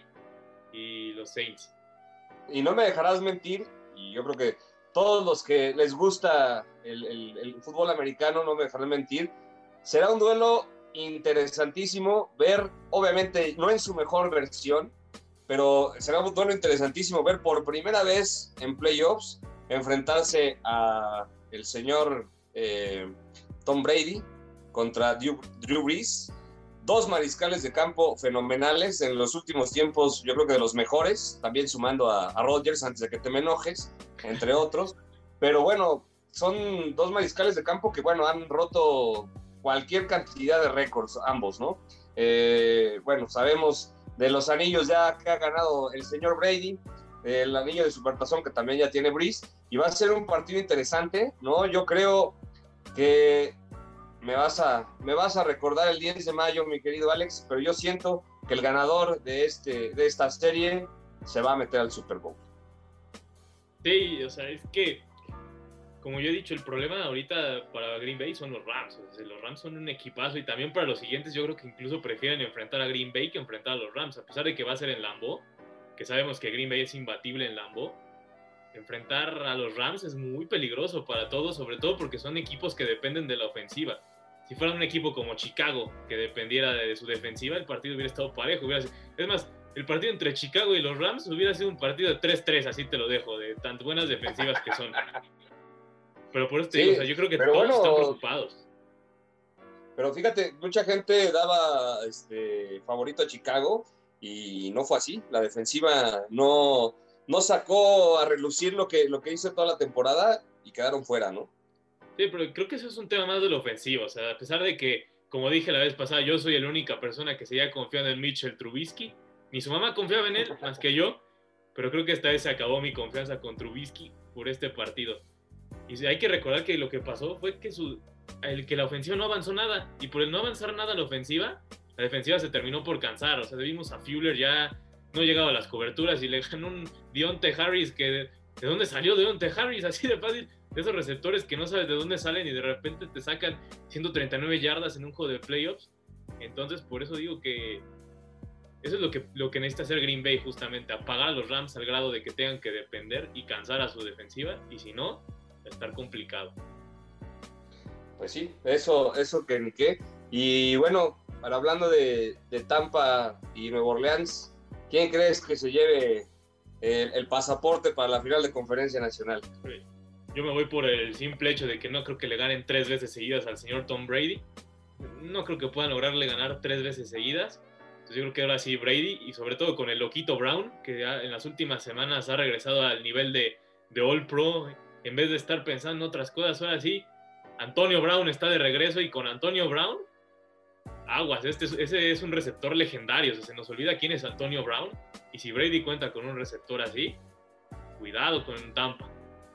S3: y los Saints.
S4: Y no me dejarás mentir, y yo creo que todos los que les gusta el, el, el fútbol americano no me dejarán mentir, será un duelo interesantísimo ver, obviamente, no en su mejor versión, pero será un duelo interesantísimo ver por primera vez en playoffs enfrentarse a el señor eh, Tom Brady contra Drew, Drew Brees, dos mariscales de campo fenomenales en los últimos tiempos, yo creo que de los mejores, también sumando a, a Rodgers, antes de que te me enojes, entre otros, pero bueno, son dos mariscales de campo que, bueno, han roto cualquier cantidad de récords, ambos, ¿no? Eh, bueno, sabemos de los anillos ya que ha ganado el señor Brady, el anillo de supertazón que también ya tiene Brees, y va a ser un partido interesante, ¿no? Yo creo que me vas a, me vas a recordar el diez de mayo, mi querido Alex, pero yo siento que el ganador de, este, de esta serie se va a meter al Super Bowl.
S3: Sí, o sea, es que, como yo he dicho, el problema ahorita para Green Bay son los Rams. O sea, los Rams son un equipazo, y también para los siguientes yo creo que incluso prefieren enfrentar a Green Bay que enfrentar a los Rams, a pesar de que va a ser en Lambeau, que sabemos que Green Bay es imbatible en Lambeau. Enfrentar a los Rams es muy peligroso para todos, sobre todo porque son equipos que dependen de la ofensiva. si fuera un equipo como Chicago, que dependiera de, de su defensiva, el partido hubiera estado parejo. Hubiera sido, es más, el partido entre Chicago y los Rams hubiera sido un partido de tres tres, así te lo dejo, de tan buenas defensivas que son. Pero por eso te
S4: Sí,
S3: digo, o sea, yo creo que todos
S4: bueno,
S3: están preocupados.
S4: Pero fíjate, mucha gente daba este, favorito a Chicago y no fue así. La defensiva no, no sacó a relucir lo que, lo que hizo toda la temporada y quedaron fuera, ¿no?
S3: Sí, pero creo que eso es un tema más de la ofensiva. O sea, a pesar de que, como dije la vez pasada, yo soy la única persona que seguía confiando en Mitchell Trubisky. Ni su mamá confiaba en él, más que yo. Pero creo que esta vez se acabó mi confianza con Trubisky por este partido. Y hay que recordar que lo que pasó fue que, su, el, que la ofensiva no avanzó nada. Y por el no avanzar nada en la ofensiva, la defensiva se terminó por cansar. O sea, vimos a Fuller ya no llegaba a las coberturas y le ganó un Deontay Harris que... ¿De, ¿de dónde salió Deontay Harris? Así de fácil. De esos receptores que no sabes de dónde salen y de repente te sacan ciento treinta y nueve yardas en un juego de playoffs. Entonces, por eso digo que eso es lo que, lo que necesita hacer Green Bay, justamente, apagar a los Rams al grado de que tengan que depender y cansar a su defensiva, y si no, va a estar complicado.
S4: Pues sí, eso, eso que ni qué. Y bueno, para hablando de, de Tampa y Nueva Orleans, ¿quién crees que se lleve el, el pasaporte para la final de Conferencia Nacional?
S3: Yo me voy por el simple hecho de que no creo que le ganen tres veces seguidas al señor Tom Brady. No creo que puedan lograrle ganar tres veces seguidas. Entonces yo creo que ahora sí Brady, y sobre todo con el loquito Brown, que en las últimas semanas ha regresado al nivel de, de All Pro, en vez de estar pensando en otras cosas. Ahora sí, Antonio Brown está de regreso, y con Antonio Brown, aguas, este, ese es un receptor legendario. O sea, se nos olvida quién es Antonio Brown, y si Brady cuenta con un receptor así, cuidado con Tampa.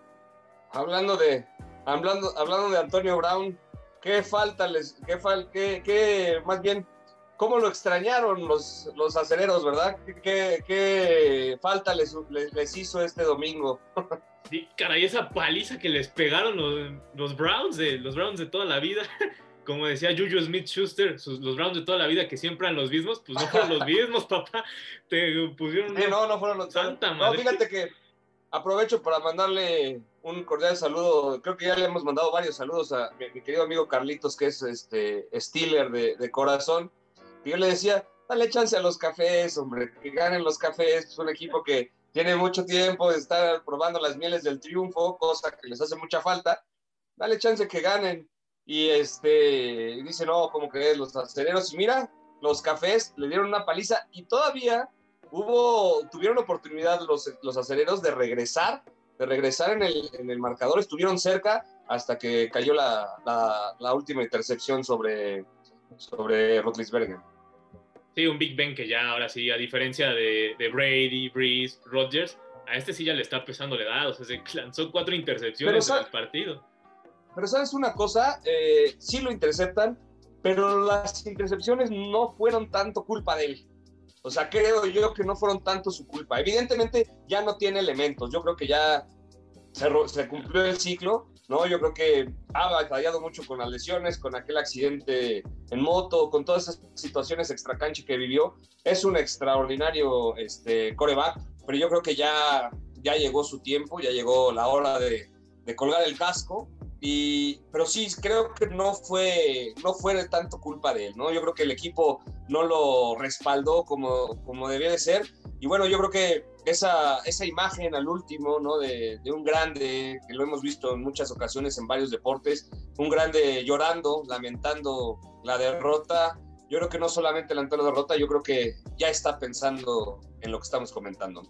S4: Hablando de, hablando, hablando de Antonio Brown, ¿qué falta les, qué, fal, qué, qué, más bien, cómo lo extrañaron los, los acereros, verdad? ¿Qué, qué falta les, les, les hizo este domingo?
S3: Sí, caray, esa paliza que les pegaron los, los Browns, de, los Browns de toda la vida. Como decía Juju Smith-Schuster, los Browns de toda la vida que siempre eran los mismos, pues no fueron los mismos, papá. Te pusieron
S4: sí, no, no fueron los
S3: santa
S4: no,
S3: madre.
S4: Fíjate que aprovecho para mandarle un cordial saludo. Creo que ya le hemos mandado varios saludos a mi, mi querido amigo Carlitos, que es este Steeler de, de corazón. Y yo le decía, dale chance a los Cafés, hombre, que ganen los Cafés. Es un equipo que tiene mucho tiempo de estar probando las mieles del triunfo, cosa que les hace mucha falta. Dale chance que ganen. Y este dice, no, como que los acereros. Y mira, los Cafés le dieron una paliza y todavía hubo, tuvieron oportunidad los, los acereros de regresar, de regresar en el, en el marcador. Estuvieron cerca hasta que cayó la, la, la última intercepción sobre, sobre Roethlisberger.
S3: Sí, un Big Ben que ya ahora sí, a diferencia de, de Brady, Breeze, Rodgers, a este sí ya le está pesando la edad. O sea, se lanzó cuatro intercepciones pero, en el partido.
S4: Pero ¿sabes una cosa? Eh, sí lo interceptan, pero las intercepciones no fueron tanto culpa de él. O sea, creo yo que no fueron tanto su culpa. Evidentemente ya no tiene elementos. Yo creo que ya se, se cumplió el ciclo, ¿no? Yo creo que ha batallado mucho con las lesiones, con aquel accidente en moto, con todas esas situaciones extracancha que vivió. Es un extraordinario este, quarterback, pero yo creo que ya, ya llegó su tiempo, ya llegó la hora de, de colgar el casco. Y, pero sí, creo que no fue, no fue tanto culpa de él, ¿no? Yo creo que el equipo no lo respaldó como, como debía de ser. Y bueno, yo creo que esa, esa imagen al último, ¿no? De, de un grande, que lo hemos visto en muchas ocasiones en varios deportes, un grande llorando, lamentando la derrota. Yo creo que no solamente lamentando la derrota, yo creo que ya está pensando en lo que estamos comentando.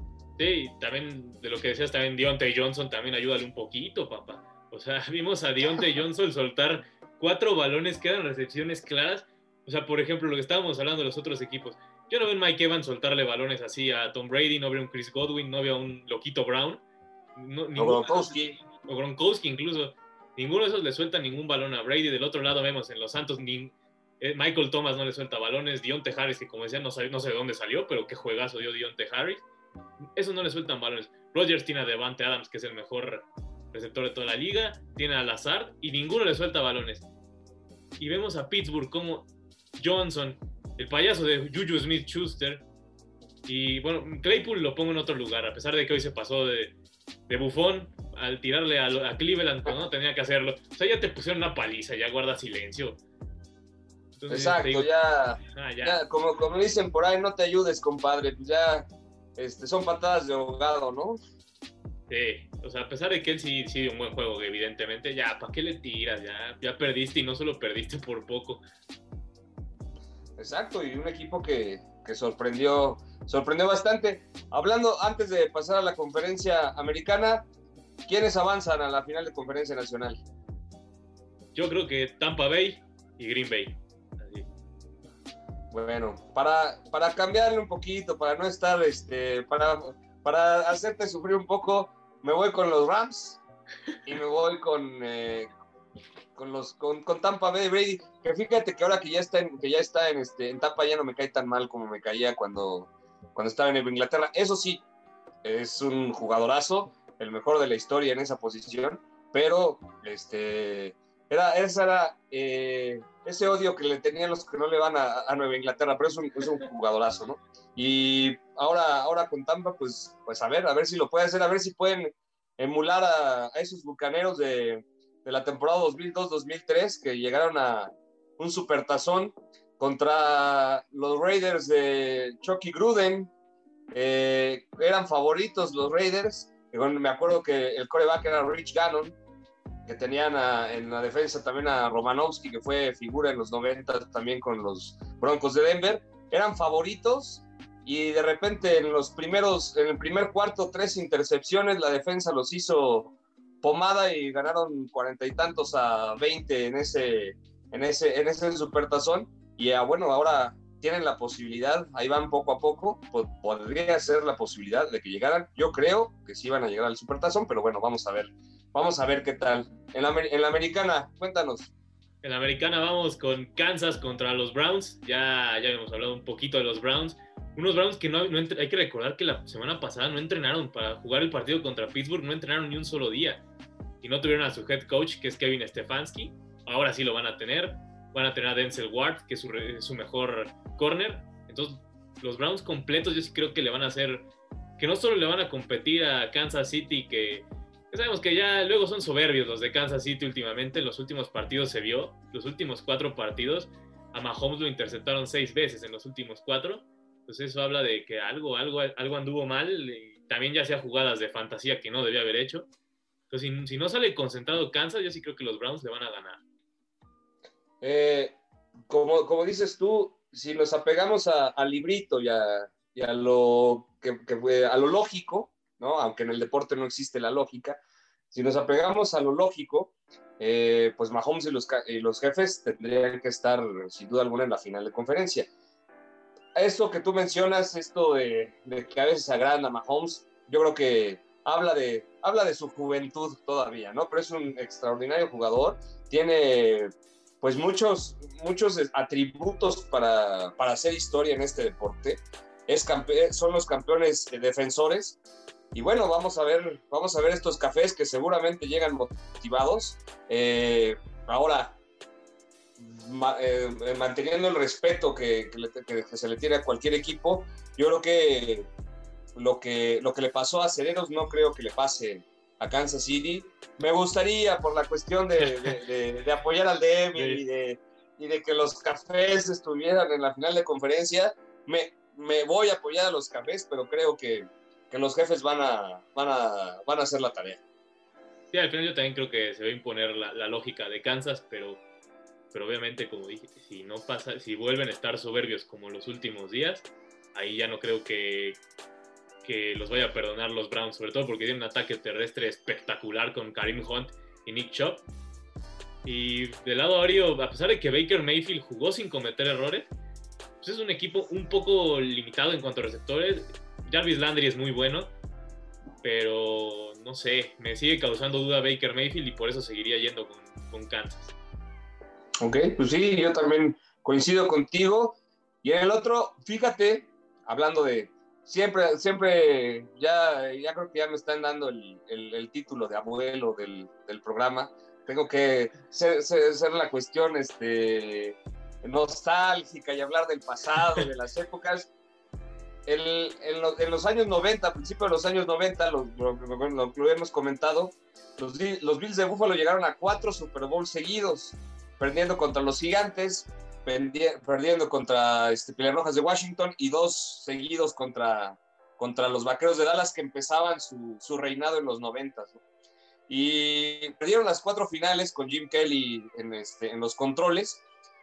S3: Sí, también de lo que decías, también Deontay Johnson, también ayúdale un poquito, papá. O sea, vimos a Deontay Johnson soltar cuatro balones que eran recepciones claras. O sea, por ejemplo, lo que estábamos hablando de los otros equipos. Yo no veo a un Mike Evans soltarle balones así a Tom Brady, no veo a un Chris Godwin, no veo a un loquito Brown. No,
S4: o Gronkowski.
S3: O Gronkowski incluso. Ninguno de esos le suelta ningún balón a Brady. Del otro lado vemos en los Santos, ni, eh, Michael Thomas no le suelta balones. Deontay Harris, que como decía, no, sabe, no sé de dónde salió, pero qué juegazo dio Deontay Harris. Esos no le sueltan balones. Rodgers tiene a Davante Adams, que es el mejor receptor de toda la liga, tiene a Lazard y ninguno le suelta balones. Y vemos a Pittsburgh como Johnson, el payaso de Juju Smith-Schuster, y bueno, Claypool lo pongo en otro lugar, a pesar de que hoy se pasó de, de bufón al tirarle a, a Cleveland cuando no tenía que hacerlo. O sea, ya te pusieron una paliza, ya guarda silencio.
S4: Entonces, Exacto, digo, ya, ah, ya. ya como, como dicen por ahí, no te ayudes, compadre, pues ya este, son patadas de ahogado, ¿no?
S3: Sí, o sea, a pesar de que él sí, sí dio un buen juego, evidentemente, ya, ¿para qué le tiras? Ya, ya perdiste y no solo perdiste por poco.
S4: Exacto, y un equipo que, que sorprendió, sorprendió bastante. Hablando, antes de pasar a la conferencia americana, ¿quiénes avanzan a la final de conferencia nacional?
S3: Yo creo que Tampa Bay y Green Bay. Así.
S4: Bueno, para, para cambiarle un poquito, para no estar, este, para, para hacerte sufrir un poco, me voy con los Rams y me voy con, eh, con los con, con Tampa Bay Brady, que fíjate que ahora que ya está en, que ya está en este en Tampa ya no me cae tan mal como me caía cuando, cuando estaba en Inglaterra. Eso sí, es un jugadorazo, el mejor de la historia en esa posición, pero este era esa era eh, ese odio que le tenían los que no le van a, a Nueva Inglaterra, pero es un, es un jugadorazo, ¿no? Y ahora ahora con Tampa pues pues a ver a ver si lo puede hacer, a ver si pueden emular a, a esos bucaneros de de la temporada dos mil dos dos mil tres, que llegaron a un supertazón contra los Raiders de Chucky Gruden. Eh, eran favoritos los Raiders. Me acuerdo que el quarterback era Rich Gannon, que tenían a, en la defensa también a Romanowski, que fue figura en los noventa también con los Broncos de Denver. Eran favoritos y de repente en los primeros, en el primer cuarto, tres intercepciones, la defensa los hizo pomada y ganaron cuarenta y tantos a veinte en ese, en ese, en ese supertazón. Y ah, bueno, ahora tienen la posibilidad, ahí van poco a poco, pues, podría ser la posibilidad de que llegaran. Yo creo que sí van a llegar al supertazón, pero bueno, vamos a ver, vamos a ver qué tal. En la, en la americana, cuéntanos.
S3: En la americana vamos con Kansas contra los Browns. Ya, ya hemos hablado un poquito de los Browns. Unos Browns que no, no entre, hay que recordar que la semana pasada no entrenaron para jugar el partido contra Pittsburgh, no entrenaron ni un solo día. Y no tuvieron a su head coach, que es Kevin Stefanski. Ahora sí lo van a tener. Van a tener a Denzel Ward, que es su, su mejor corner. Entonces, los Browns completos yo sí creo que le van a hacer... Que no solo le van a competir a Kansas City, que... que sabemos que ya luego son soberbios los de Kansas City últimamente. En los últimos partidos se vio. Los últimos cuatro partidos. A Mahomes lo interceptaron seis veces en los últimos cuatro. Entonces eso habla de que algo, algo, algo anduvo mal. Y también ya sea jugadas de fantasía que no debía haber hecho. Entonces, si, si no sale concentrado Kansas, yo sí creo que los Browns le van a ganar.
S4: Eh, como, como dices tú, si nos apegamos a, al librito y a, y a, lo, que, que, a lo lógico, ¿no? Aunque en el deporte no existe la lógica, si nos apegamos a lo lógico, eh, pues Mahomes y los, y los jefes tendrían que estar, sin duda alguna, en la final de conferencia. Esto que tú mencionas, esto de, de que a veces agradan a Mahomes, yo creo que habla de, habla de su juventud todavía, ¿no? Pero es un extraordinario jugador, tiene pues muchos, muchos atributos para, para hacer historia en este deporte. Es campe- son los campeones defensores. Y bueno, vamos a ver, vamos a ver estos cafés que seguramente llegan motivados. Eh, ahora, ma- eh, manteniendo el respeto que, que, le, que, que se le tiene a cualquier equipo, yo creo que lo que, lo que le pasó a Acereros no creo que le pase a Kansas City. Me gustaría, por la cuestión de, de, de, de apoyar al débil, sí, y, de, y de que los cafés estuvieran en la final de conferencia, me, me voy a apoyar a los cafés, pero creo que, que los jefes van a, van, a, van a hacer la tarea.
S3: Sí, al final yo también creo que se va a imponer la, la lógica de Kansas, pero, pero obviamente, como dije, si no pasa, si vuelven a estar soberbios como los últimos días, ahí ya no creo que, que los vaya a perdonar los Browns, sobre todo porque tienen un ataque terrestre espectacular con Kareem Hunt y Nick Chubb. Y del lado aéreo, a pesar de que Baker Mayfield jugó sin cometer errores, pues es un equipo un poco limitado en cuanto a receptores. Jarvis Landry es muy bueno, pero no sé, me sigue causando duda Baker Mayfield y por eso seguiría yendo con, con Kansas.
S4: Ok, pues sí, yo también coincido contigo. Y en el otro, fíjate, hablando de siempre, siempre, ya, ya creo que ya me están dando el, el, el título de abuelo del, del programa. Tengo que ser, ser, ser la cuestión este, nostálgica y hablar del pasado, de las épocas. el, en, lo, en los años noventa, a principios de los años noventa, lo, lo, lo, lo, lo hemos comentado, los, los Bills de Buffalo llegaron a cuatro Super Bowl seguidos, perdiendo contra los Gigantes, perdiendo contra este, Pieles Rojas de Washington y dos seguidos contra, contra los Vaqueros de Dallas, que empezaban su, su reinado en los noventas, ¿no? Y perdieron las cuatro finales con Jim Kelly en, este, en los controles,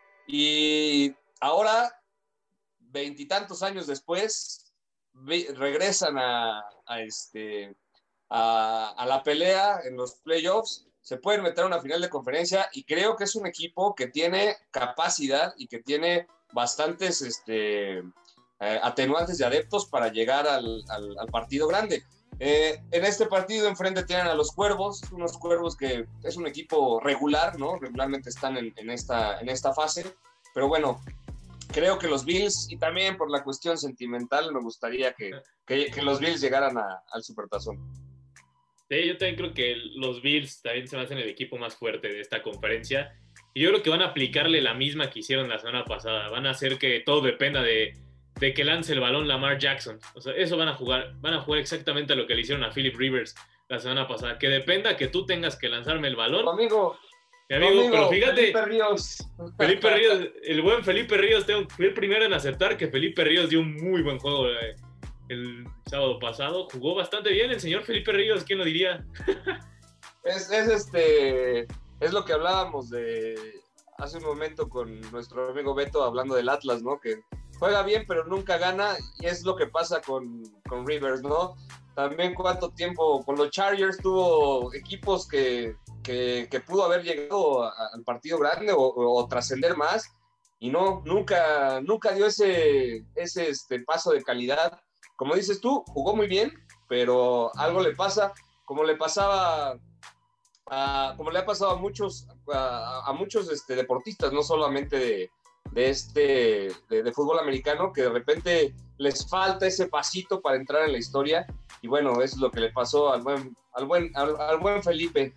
S4: y ahora, veintitantos años después, regresan a, a, este, a, a la pelea en los playoffs, se pueden meter a una final de conferencia, y creo que es un equipo que tiene capacidad y que tiene bastantes este, eh, atenuantes de adeptos para llegar al, al, al partido grande. Eh, en este partido enfrente tienen a los Cuervos, unos Cuervos que es un equipo regular, ¿no? Regularmente están en, en, esta, en esta fase, pero bueno, creo que los Bills, y también por la cuestión sentimental, me gustaría que, que, que los Bills llegaran a, al Supertazón.
S3: Sí, yo también creo que los Bills también se me hacen el equipo más fuerte de esta conferencia, y yo creo que van a aplicarle la misma que hicieron la semana pasada, van a hacer que todo dependa de de que lance el balón Lamar Jackson. O sea, eso van a jugar, van a jugar exactamente a lo que le hicieron a Philip Rivers la semana pasada, que dependa que tú tengas que lanzarme el balón.
S4: Tu amigo,
S3: mi amigo, amigo, pero fíjate,
S4: Felipe Ríos.
S3: Felipe Ríos, el buen Felipe Ríos, tengo, fui el primero en aceptar que Felipe Ríos dio un muy buen juego eh, el sábado pasado, jugó bastante bien el señor Felipe Ríos, ¿quién lo diría?
S4: es, es este, es lo que hablábamos de hace un momento con nuestro amigo Beto, hablando del Atlas, ¿no? Que juega bien, pero nunca gana, y es lo que pasa con, con Rivers, ¿no? También cuánto tiempo con los Chargers tuvo equipos que, que, que pudo haber llegado a, al partido grande o, o, o trascender más, y no, nunca, nunca dio ese, ese este, paso de calidad. Como dices tú, jugó muy bien, pero algo le pasa, como le pasaba a, como le ha pasado a muchos, a, a muchos este, deportistas, no solamente de de este de, de fútbol americano, que de repente les falta ese pasito para entrar en la historia, y bueno, eso es lo que le pasó al buen al buen al, al buen Felipe.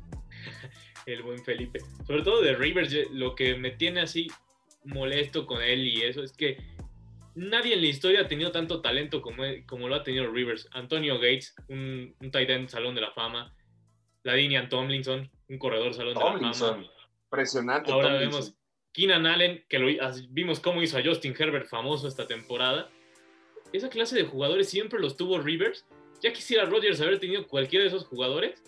S3: El buen Felipe, sobre todo de Rivers, lo que me tiene así molesto con él y eso es que nadie en la historia ha tenido tanto talento como, como lo ha tenido Rivers. Antonio Gates, un, un tight end salón de la fama, LaDainian Tomlinson, un corredor salón
S4: Tomlinson,
S3: de la fama.
S4: Impresionante.
S3: Ahora
S4: Tomlinson.
S3: vemos Keenan Allen, que lo, vimos cómo hizo a Justin Herbert famoso esta temporada. Esa clase de jugadores siempre los tuvo Rivers. Ya quisiera Rodgers haber tenido cualquiera de esos jugadores,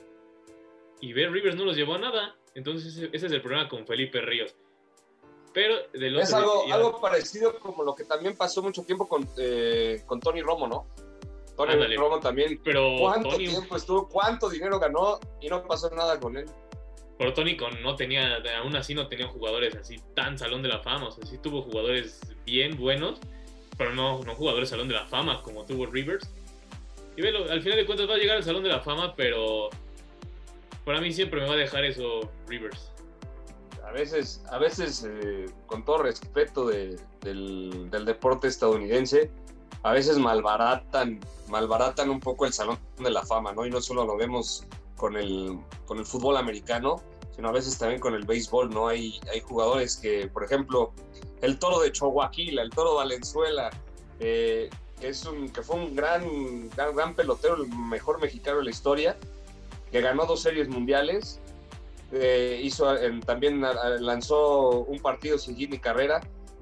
S3: y ver Rivers no los llevó a nada. Entonces ese, ese es el problema con Felipe Ríos. Pero del otro
S4: es algo,
S3: día,
S4: algo parecido como lo que también pasó mucho tiempo con, eh, con Tony Romo, ¿no? Tony Ándale. Romo también.
S3: Pero
S4: ¿Cuánto
S3: Tony,
S4: tiempo estuvo? ¿Cuánto dinero ganó? Y no pasó nada con él.
S3: Pero Tony con, no tenía, aún así no tenía jugadores así tan salón de la fama. O sea, sí tuvo jugadores bien buenos, pero no, no jugadores salón de la fama como tuvo Rivers. Y velo, al final de cuentas va a llegar al salón de la fama, pero para mí siempre me va a dejar eso Rivers.
S4: A veces, a veces eh, con todo respeto de, del, del deporte estadounidense, a veces malbaratan, malbaratan un poco el salón de la fama, ¿no? Y no solo lo vemos con el, con el fútbol americano, sino a veces también con el béisbol, ¿no? Hay, hay jugadores que, por ejemplo, el Toro de Chihuahua, el Toro Valenzuela, eh, que, es un, que fue un gran, gran, gran pelotero, el mejor mexicano de la historia, que ganó dos series mundiales, eh, hizo, eh, también lanzó un partido sin hit ni carrera,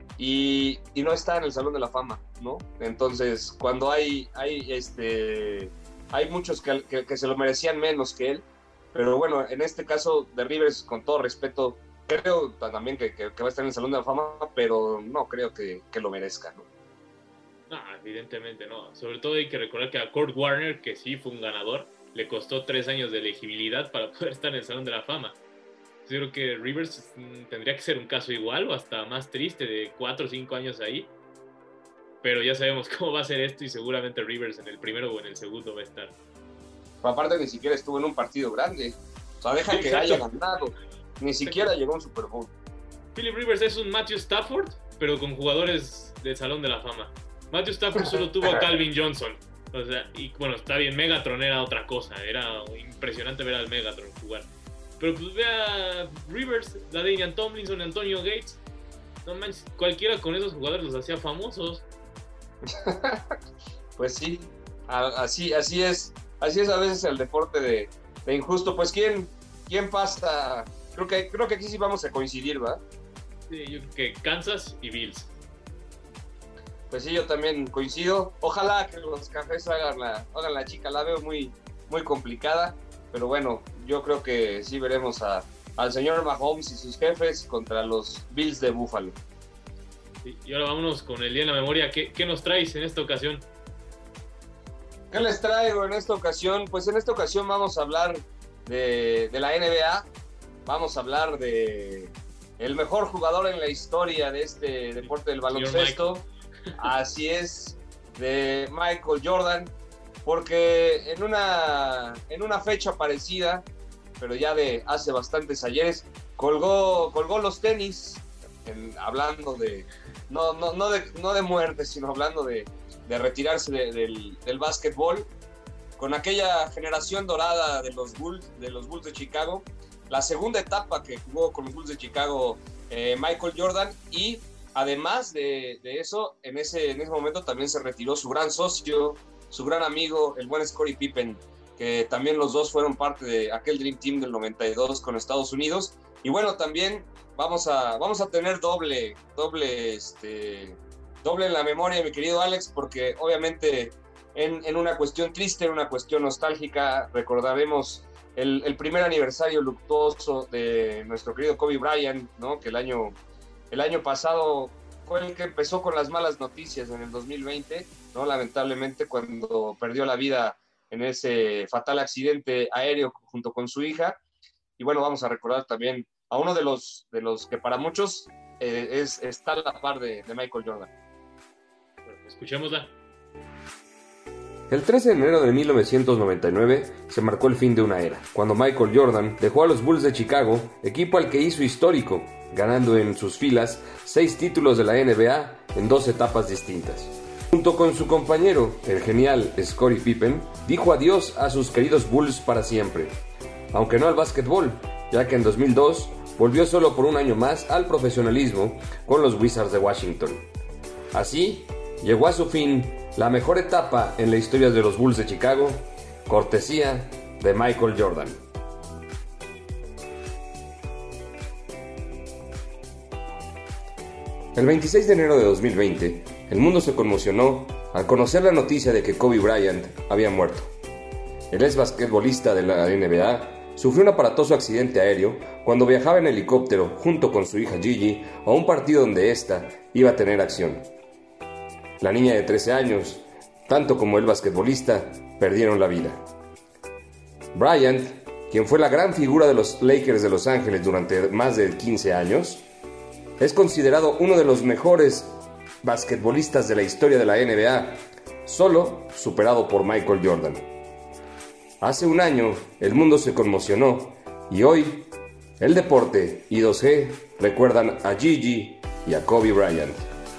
S4: y, y no está en el Salón de la Fama, ¿no? Entonces, cuando hay, hay este... hay muchos que, que, que se lo merecían menos que él, pero bueno, en este caso de Rivers, con todo respeto, creo también que, que, que va a estar en el Salón de la Fama, pero no creo que, que lo merezca, ¿no?
S3: No, evidentemente no. Sobre todo hay que recordar que a Kurt Warner, que sí fue un ganador, le costó tres años de elegibilidad para poder estar en el Salón de la Fama. Yo creo que Rivers tendría que ser un caso igual o hasta más triste, de cuatro o cinco años ahí. Pero ya sabemos cómo va a ser esto, y seguramente Rivers en el primero o en el segundo va a estar.
S4: Pero aparte ni siquiera estuvo en un partido grande. O sea, deja
S3: Sí,
S4: que
S3: exacto.
S4: haya ganado. Ni siquiera llegó a un Super Bowl.
S3: Philip Rivers es un Matthew Stafford, pero con jugadores del Salón de la Fama. Matthew Stafford solo tuvo a Calvin Johnson. O sea, y bueno, está bien, Megatron era otra cosa. Era impresionante ver al Megatron jugar. Pero pues ve a Rivers, LaDainian Tomlinson, Antonio Gates. No manches, cualquiera con esos jugadores los hacía famosos.
S4: Pues sí, así, así es, así es a veces el deporte de, de injusto. Pues quién, quién pasa, creo que, creo que aquí sí vamos a coincidir, ¿verdad?
S3: Sí, yo creo que Kansas y Bills.
S4: Pues sí, yo también coincido. Ojalá que los Cafés hagan la, hagan la chica, la veo muy, muy complicada, pero bueno, yo creo que sí veremos a, al señor Mahomes y sus jefes contra los Bills de Buffalo.
S3: Sí, y ahora vámonos con el día en la memoria. ¿Qué, qué nos traes en esta ocasión?
S4: ¿Qué les traigo en esta ocasión? Pues en esta ocasión vamos a hablar de, de la N B A, vamos a hablar de el mejor jugador en la historia de este deporte del baloncesto, así es, de Michael Jordan, porque en una, en una fecha parecida, pero ya de hace bastantes ayeres, colgó, colgó los tenis, en, hablando de no, no, no, de, no de muerte, sino hablando de, de retirarse de, del, del básquetbol, con aquella generación dorada de los Bulls, de los Bulls de Chicago, la segunda etapa que jugó con los Bulls de Chicago eh, Michael Jordan, y además de, de eso, en ese, en ese momento también se retiró su gran socio, su gran amigo, el buen Scottie Pippen, que también los dos fueron parte de aquel Dream Team del noventa y dos con Estados Unidos. Y bueno, también vamos a, vamos a tener doble, doble, este, doble en la memoria, mi querido Alex, porque obviamente en, en una cuestión triste, en una cuestión nostálgica, recordaremos el, el primer aniversario luctuoso de nuestro querido Kobe Bryant, ¿no? Que el año, el año pasado fue el que empezó con las malas noticias en el dos mil veinte, ¿no? Lamentablemente, cuando perdió la vida en ese fatal accidente aéreo junto con su hija. Y bueno, vamos a recordar también a uno de los, de los que para muchos eh, es, está a la par de, de Michael Jordan.
S3: Bueno, escuchémosla.
S1: El trece de enero de mil novecientos noventa y nueve se marcó el fin de una era, cuando Michael Jordan dejó a los Bulls de Chicago, equipo al que hizo histórico, ganando en sus filas seis títulos de la N B A en dos etapas distintas. Junto con su compañero, el genial Scottie Pippen, dijo adiós a sus queridos Bulls para siempre, aunque no al básquetbol, ya que en dos mil dos volvió solo por un año más al profesionalismo con los Wizards de Washington. Así, llegó a su fin la mejor etapa en la historia de los Bulls de Chicago, cortesía de Michael Jordan. El veintiséis de enero de dos mil veinte, el mundo se conmocionó al conocer la noticia de que Kobe Bryant había muerto. El ex basquetbolista de la N B A sufrió un aparatoso accidente aéreo cuando viajaba en helicóptero junto con su hija Gigi a un partido donde ésta iba a tener acción. La niña de trece años, tanto como el basquetbolista, perdieron la vida. Bryant, quien fue la gran figura de los Lakers de Los Ángeles durante más de quince años, es considerado uno de los mejores basquetbolistas de la historia de la N B A, solo superado por Michael Jordan. Hace un año, el mundo se conmocionó y hoy, el deporte y dos G recuerdan a Gigi y a Kobe Bryant.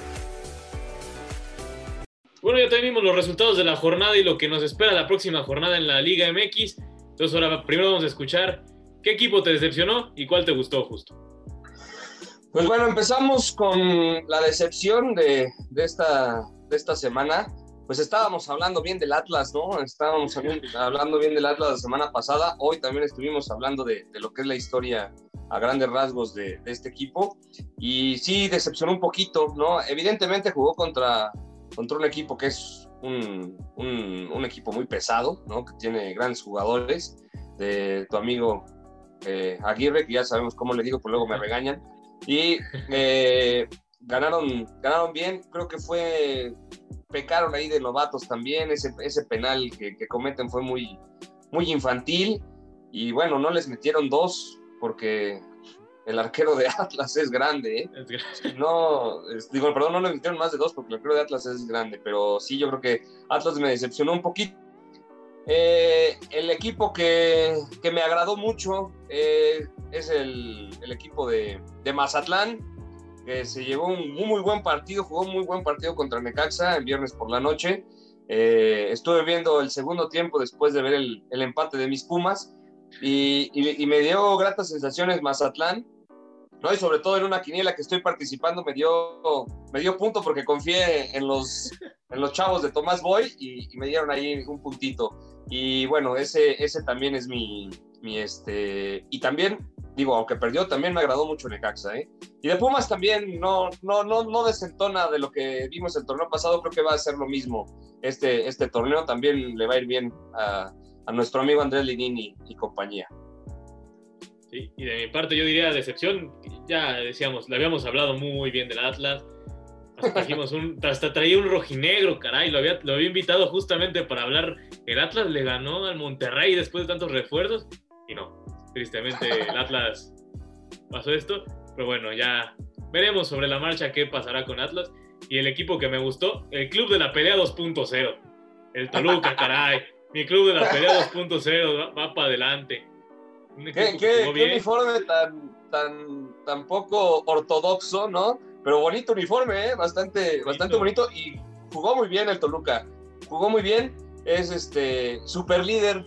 S3: Bueno, ya tenemos los resultados de la jornada y lo que nos espera la próxima jornada en la Liga M X. Entonces ahora primero vamos a escuchar qué equipo te decepcionó y cuál te gustó, justo.
S4: Pues bueno, empezamos con la decepción de, de, esta, de esta semana. Pues estábamos hablando bien del Atlas, ¿no? Estábamos hablando bien del Atlas la semana pasada. Hoy también estuvimos hablando de, de lo que es la historia a grandes rasgos de, de este equipo. Y sí, decepcionó un poquito, ¿no? Evidentemente jugó contra, contra un equipo que es un, un, un equipo muy pesado, ¿no? Que tiene grandes jugadores. De tu amigo eh, Aguirre, que ya sabemos cómo le digo, pues luego me regañan. Y eh, ganaron, ganaron bien, creo que fue... pecaron ahí de novatos también, ese, ese penal que, que cometen fue muy, muy infantil, y bueno, no les metieron dos, porque el arquero de Atlas es grande, ¿eh?
S3: Es grande.
S4: No, es, digo, perdón, no les metieron más de dos, porque el arquero de Atlas es grande, pero sí, yo creo que Atlas me decepcionó un poquito. Eh, el equipo que, que me agradó mucho eh, es el, el equipo de, de Mazatlán, que se llevó un muy, muy buen partido, jugó un muy buen partido contra Necaxa el viernes por la noche. Eh, estuve viendo el segundo tiempo después de ver el, el empate de mis Pumas y, y, y me dio gratas sensaciones Mazatlán, ¿no? Y sobre todo en una quiniela que estoy participando me dio, me dio punto porque confié en los, en los chavos de Tomás Boy y, y me dieron ahí un puntito. Y bueno, ese, ese también es mi, mi este, y también, digo, aunque perdió, también me agradó mucho Necaxa, ¿eh? Y de Pumas también no, no, no, no desentona de lo que vimos el torneo pasado, creo que va a ser lo mismo este, este torneo, también le va a ir bien a, a nuestro amigo Andrés Linini y compañía.
S3: Sí, y de mi parte yo diría decepción, ya decíamos, le habíamos hablado muy bien del Atlas, hasta, trajimos un, hasta traía un rojinegro, caray, lo había, lo había invitado justamente para hablar, el Atlas le ganó al Monterrey después de tantos refuerzos, y no, tristemente el Atlas pasó esto, pero bueno, ya veremos sobre la marcha qué pasará con Atlas, y el equipo que me gustó, el Club de la Pelea dos punto cero, el Toluca, caray, mi Club de la Pelea dos punto cero va, va para adelante.
S4: ¿Qué, qué, qué uniforme tan, tan, tan poco ortodoxo, ¿no? Pero bonito uniforme, ¿eh? Bastante, bonito. bastante bonito y jugó muy bien el Toluca. Jugó muy bien, es este super líder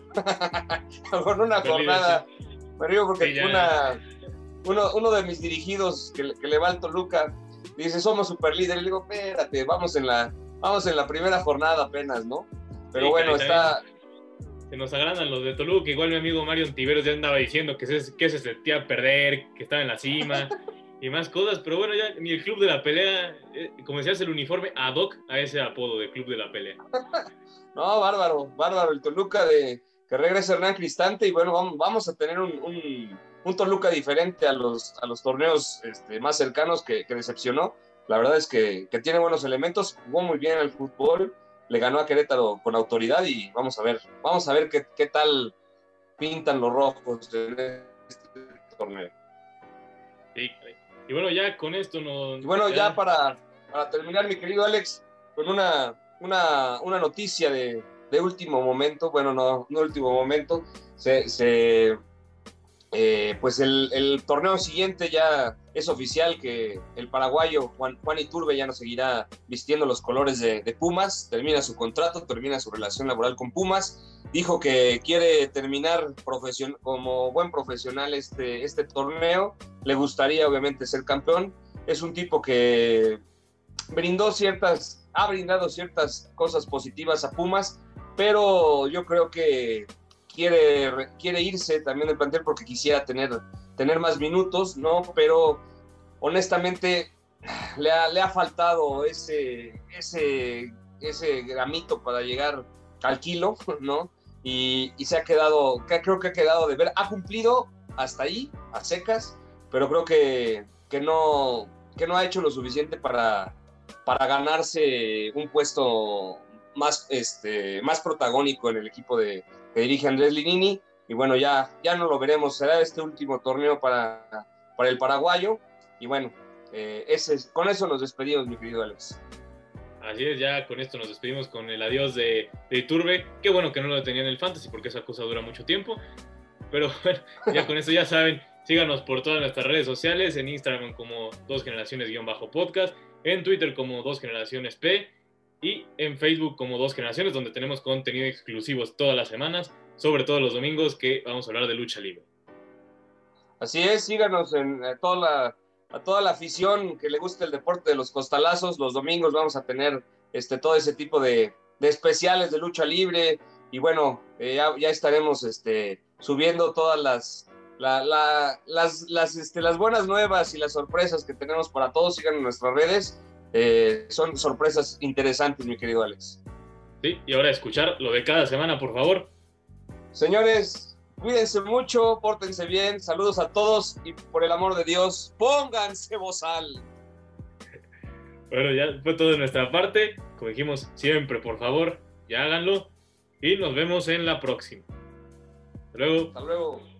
S4: con una super jornada. Líder, sí. Me río porque sí, una, uno, uno de mis dirigidos que, que le va al Toluca dice, somos super líder. Y le digo, espérate, vamos en la, vamos en la primera jornada apenas, ¿no? Pero sí, bueno, está... Bien.
S3: Se nos agradan los de Toluca, igual mi amigo Mario Ontiveros ya andaba diciendo que se, que se sentía a perder, que estaba en la cima y más cosas, pero bueno, ya ni el Club de la Pelea, eh, como decías, el uniforme ad hoc a ese apodo de Club de la Pelea.
S4: No, bárbaro, bárbaro, el Toluca de que regresa Hernán Cristante y bueno, vamos, vamos a tener un, un, un Toluca diferente a los, a los torneos este, más cercanos que, que decepcionó. La verdad es que, que tiene buenos elementos, jugó muy bien el fútbol, le ganó a Querétaro con autoridad y vamos a ver, vamos a ver qué, qué tal pintan los rojos en este torneo.
S3: Sí, y bueno, ya con esto nos...
S4: Y bueno, ya, ya para, para terminar, mi querido Alex, con una, una, una noticia de, de último momento, bueno, no, no último momento, se... se eh, pues el, el torneo siguiente ya es oficial que el paraguayo Juan, Juan Iturbe ya no seguirá vistiendo los colores de, de Pumas, termina su contrato, termina su relación laboral con Pumas, dijo que quiere terminar profesion, como buen profesional este, este torneo, le gustaría obviamente ser campeón, es un tipo que brindó ciertas, ha brindado ciertas cosas positivas a Pumas, pero yo creo que Quiere, quiere irse también del plantel porque quisiera tener, tener más minutos, ¿no? Pero honestamente le ha, le ha faltado ese, ese, ese gramito para llegar al kilo, ¿no? Y, y se ha quedado, creo que ha quedado de ver, ha cumplido hasta ahí, a secas, pero creo que, que, no, que no ha hecho lo suficiente para, para ganarse un puesto más, este, más protagónico en el equipo de que dirige Andrés Linini, y bueno, ya, ya no lo veremos, será este último torneo para, para el paraguayo, y bueno, eh, ese, con eso nos despedimos, mi querido Alex.
S3: Así es, ya con esto nos despedimos con el adiós de, de Iturbe, qué bueno que no lo tenía en el Fantasy, porque esa cosa dura mucho tiempo, pero bueno, ya con eso ya saben, síganos por todas nuestras redes sociales, en Instagram como Dos Generaciones-podcast, en Twitter como Dos Generaciones P, y en Facebook como Dos Generaciones, donde tenemos contenido exclusivos todas las semanas, sobre todo los domingos, que vamos a hablar de lucha libre.
S4: Así es, síganos en a toda la, a toda la afición que le guste el deporte de los costalazos. Los domingos vamos a tener este, todo ese tipo de, de especiales de lucha libre. Y bueno, eh, ya, ya estaremos este, subiendo todas las, la, la, las, las, este, las buenas nuevas y las sorpresas que tenemos para todos. Sigan en nuestras redes. Eh, son sorpresas interesantes, mi querido Alex.
S3: Sí, y ahora escuchar lo de cada semana, por favor.
S4: Señores, cuídense mucho, pórtense bien, saludos a todos y por el amor de Dios, pónganse bozal.
S3: Bueno, ya fue todo de nuestra parte. Como dijimos siempre, por favor, ya háganlo y nos vemos en la próxima. Hasta luego.
S4: Hasta luego.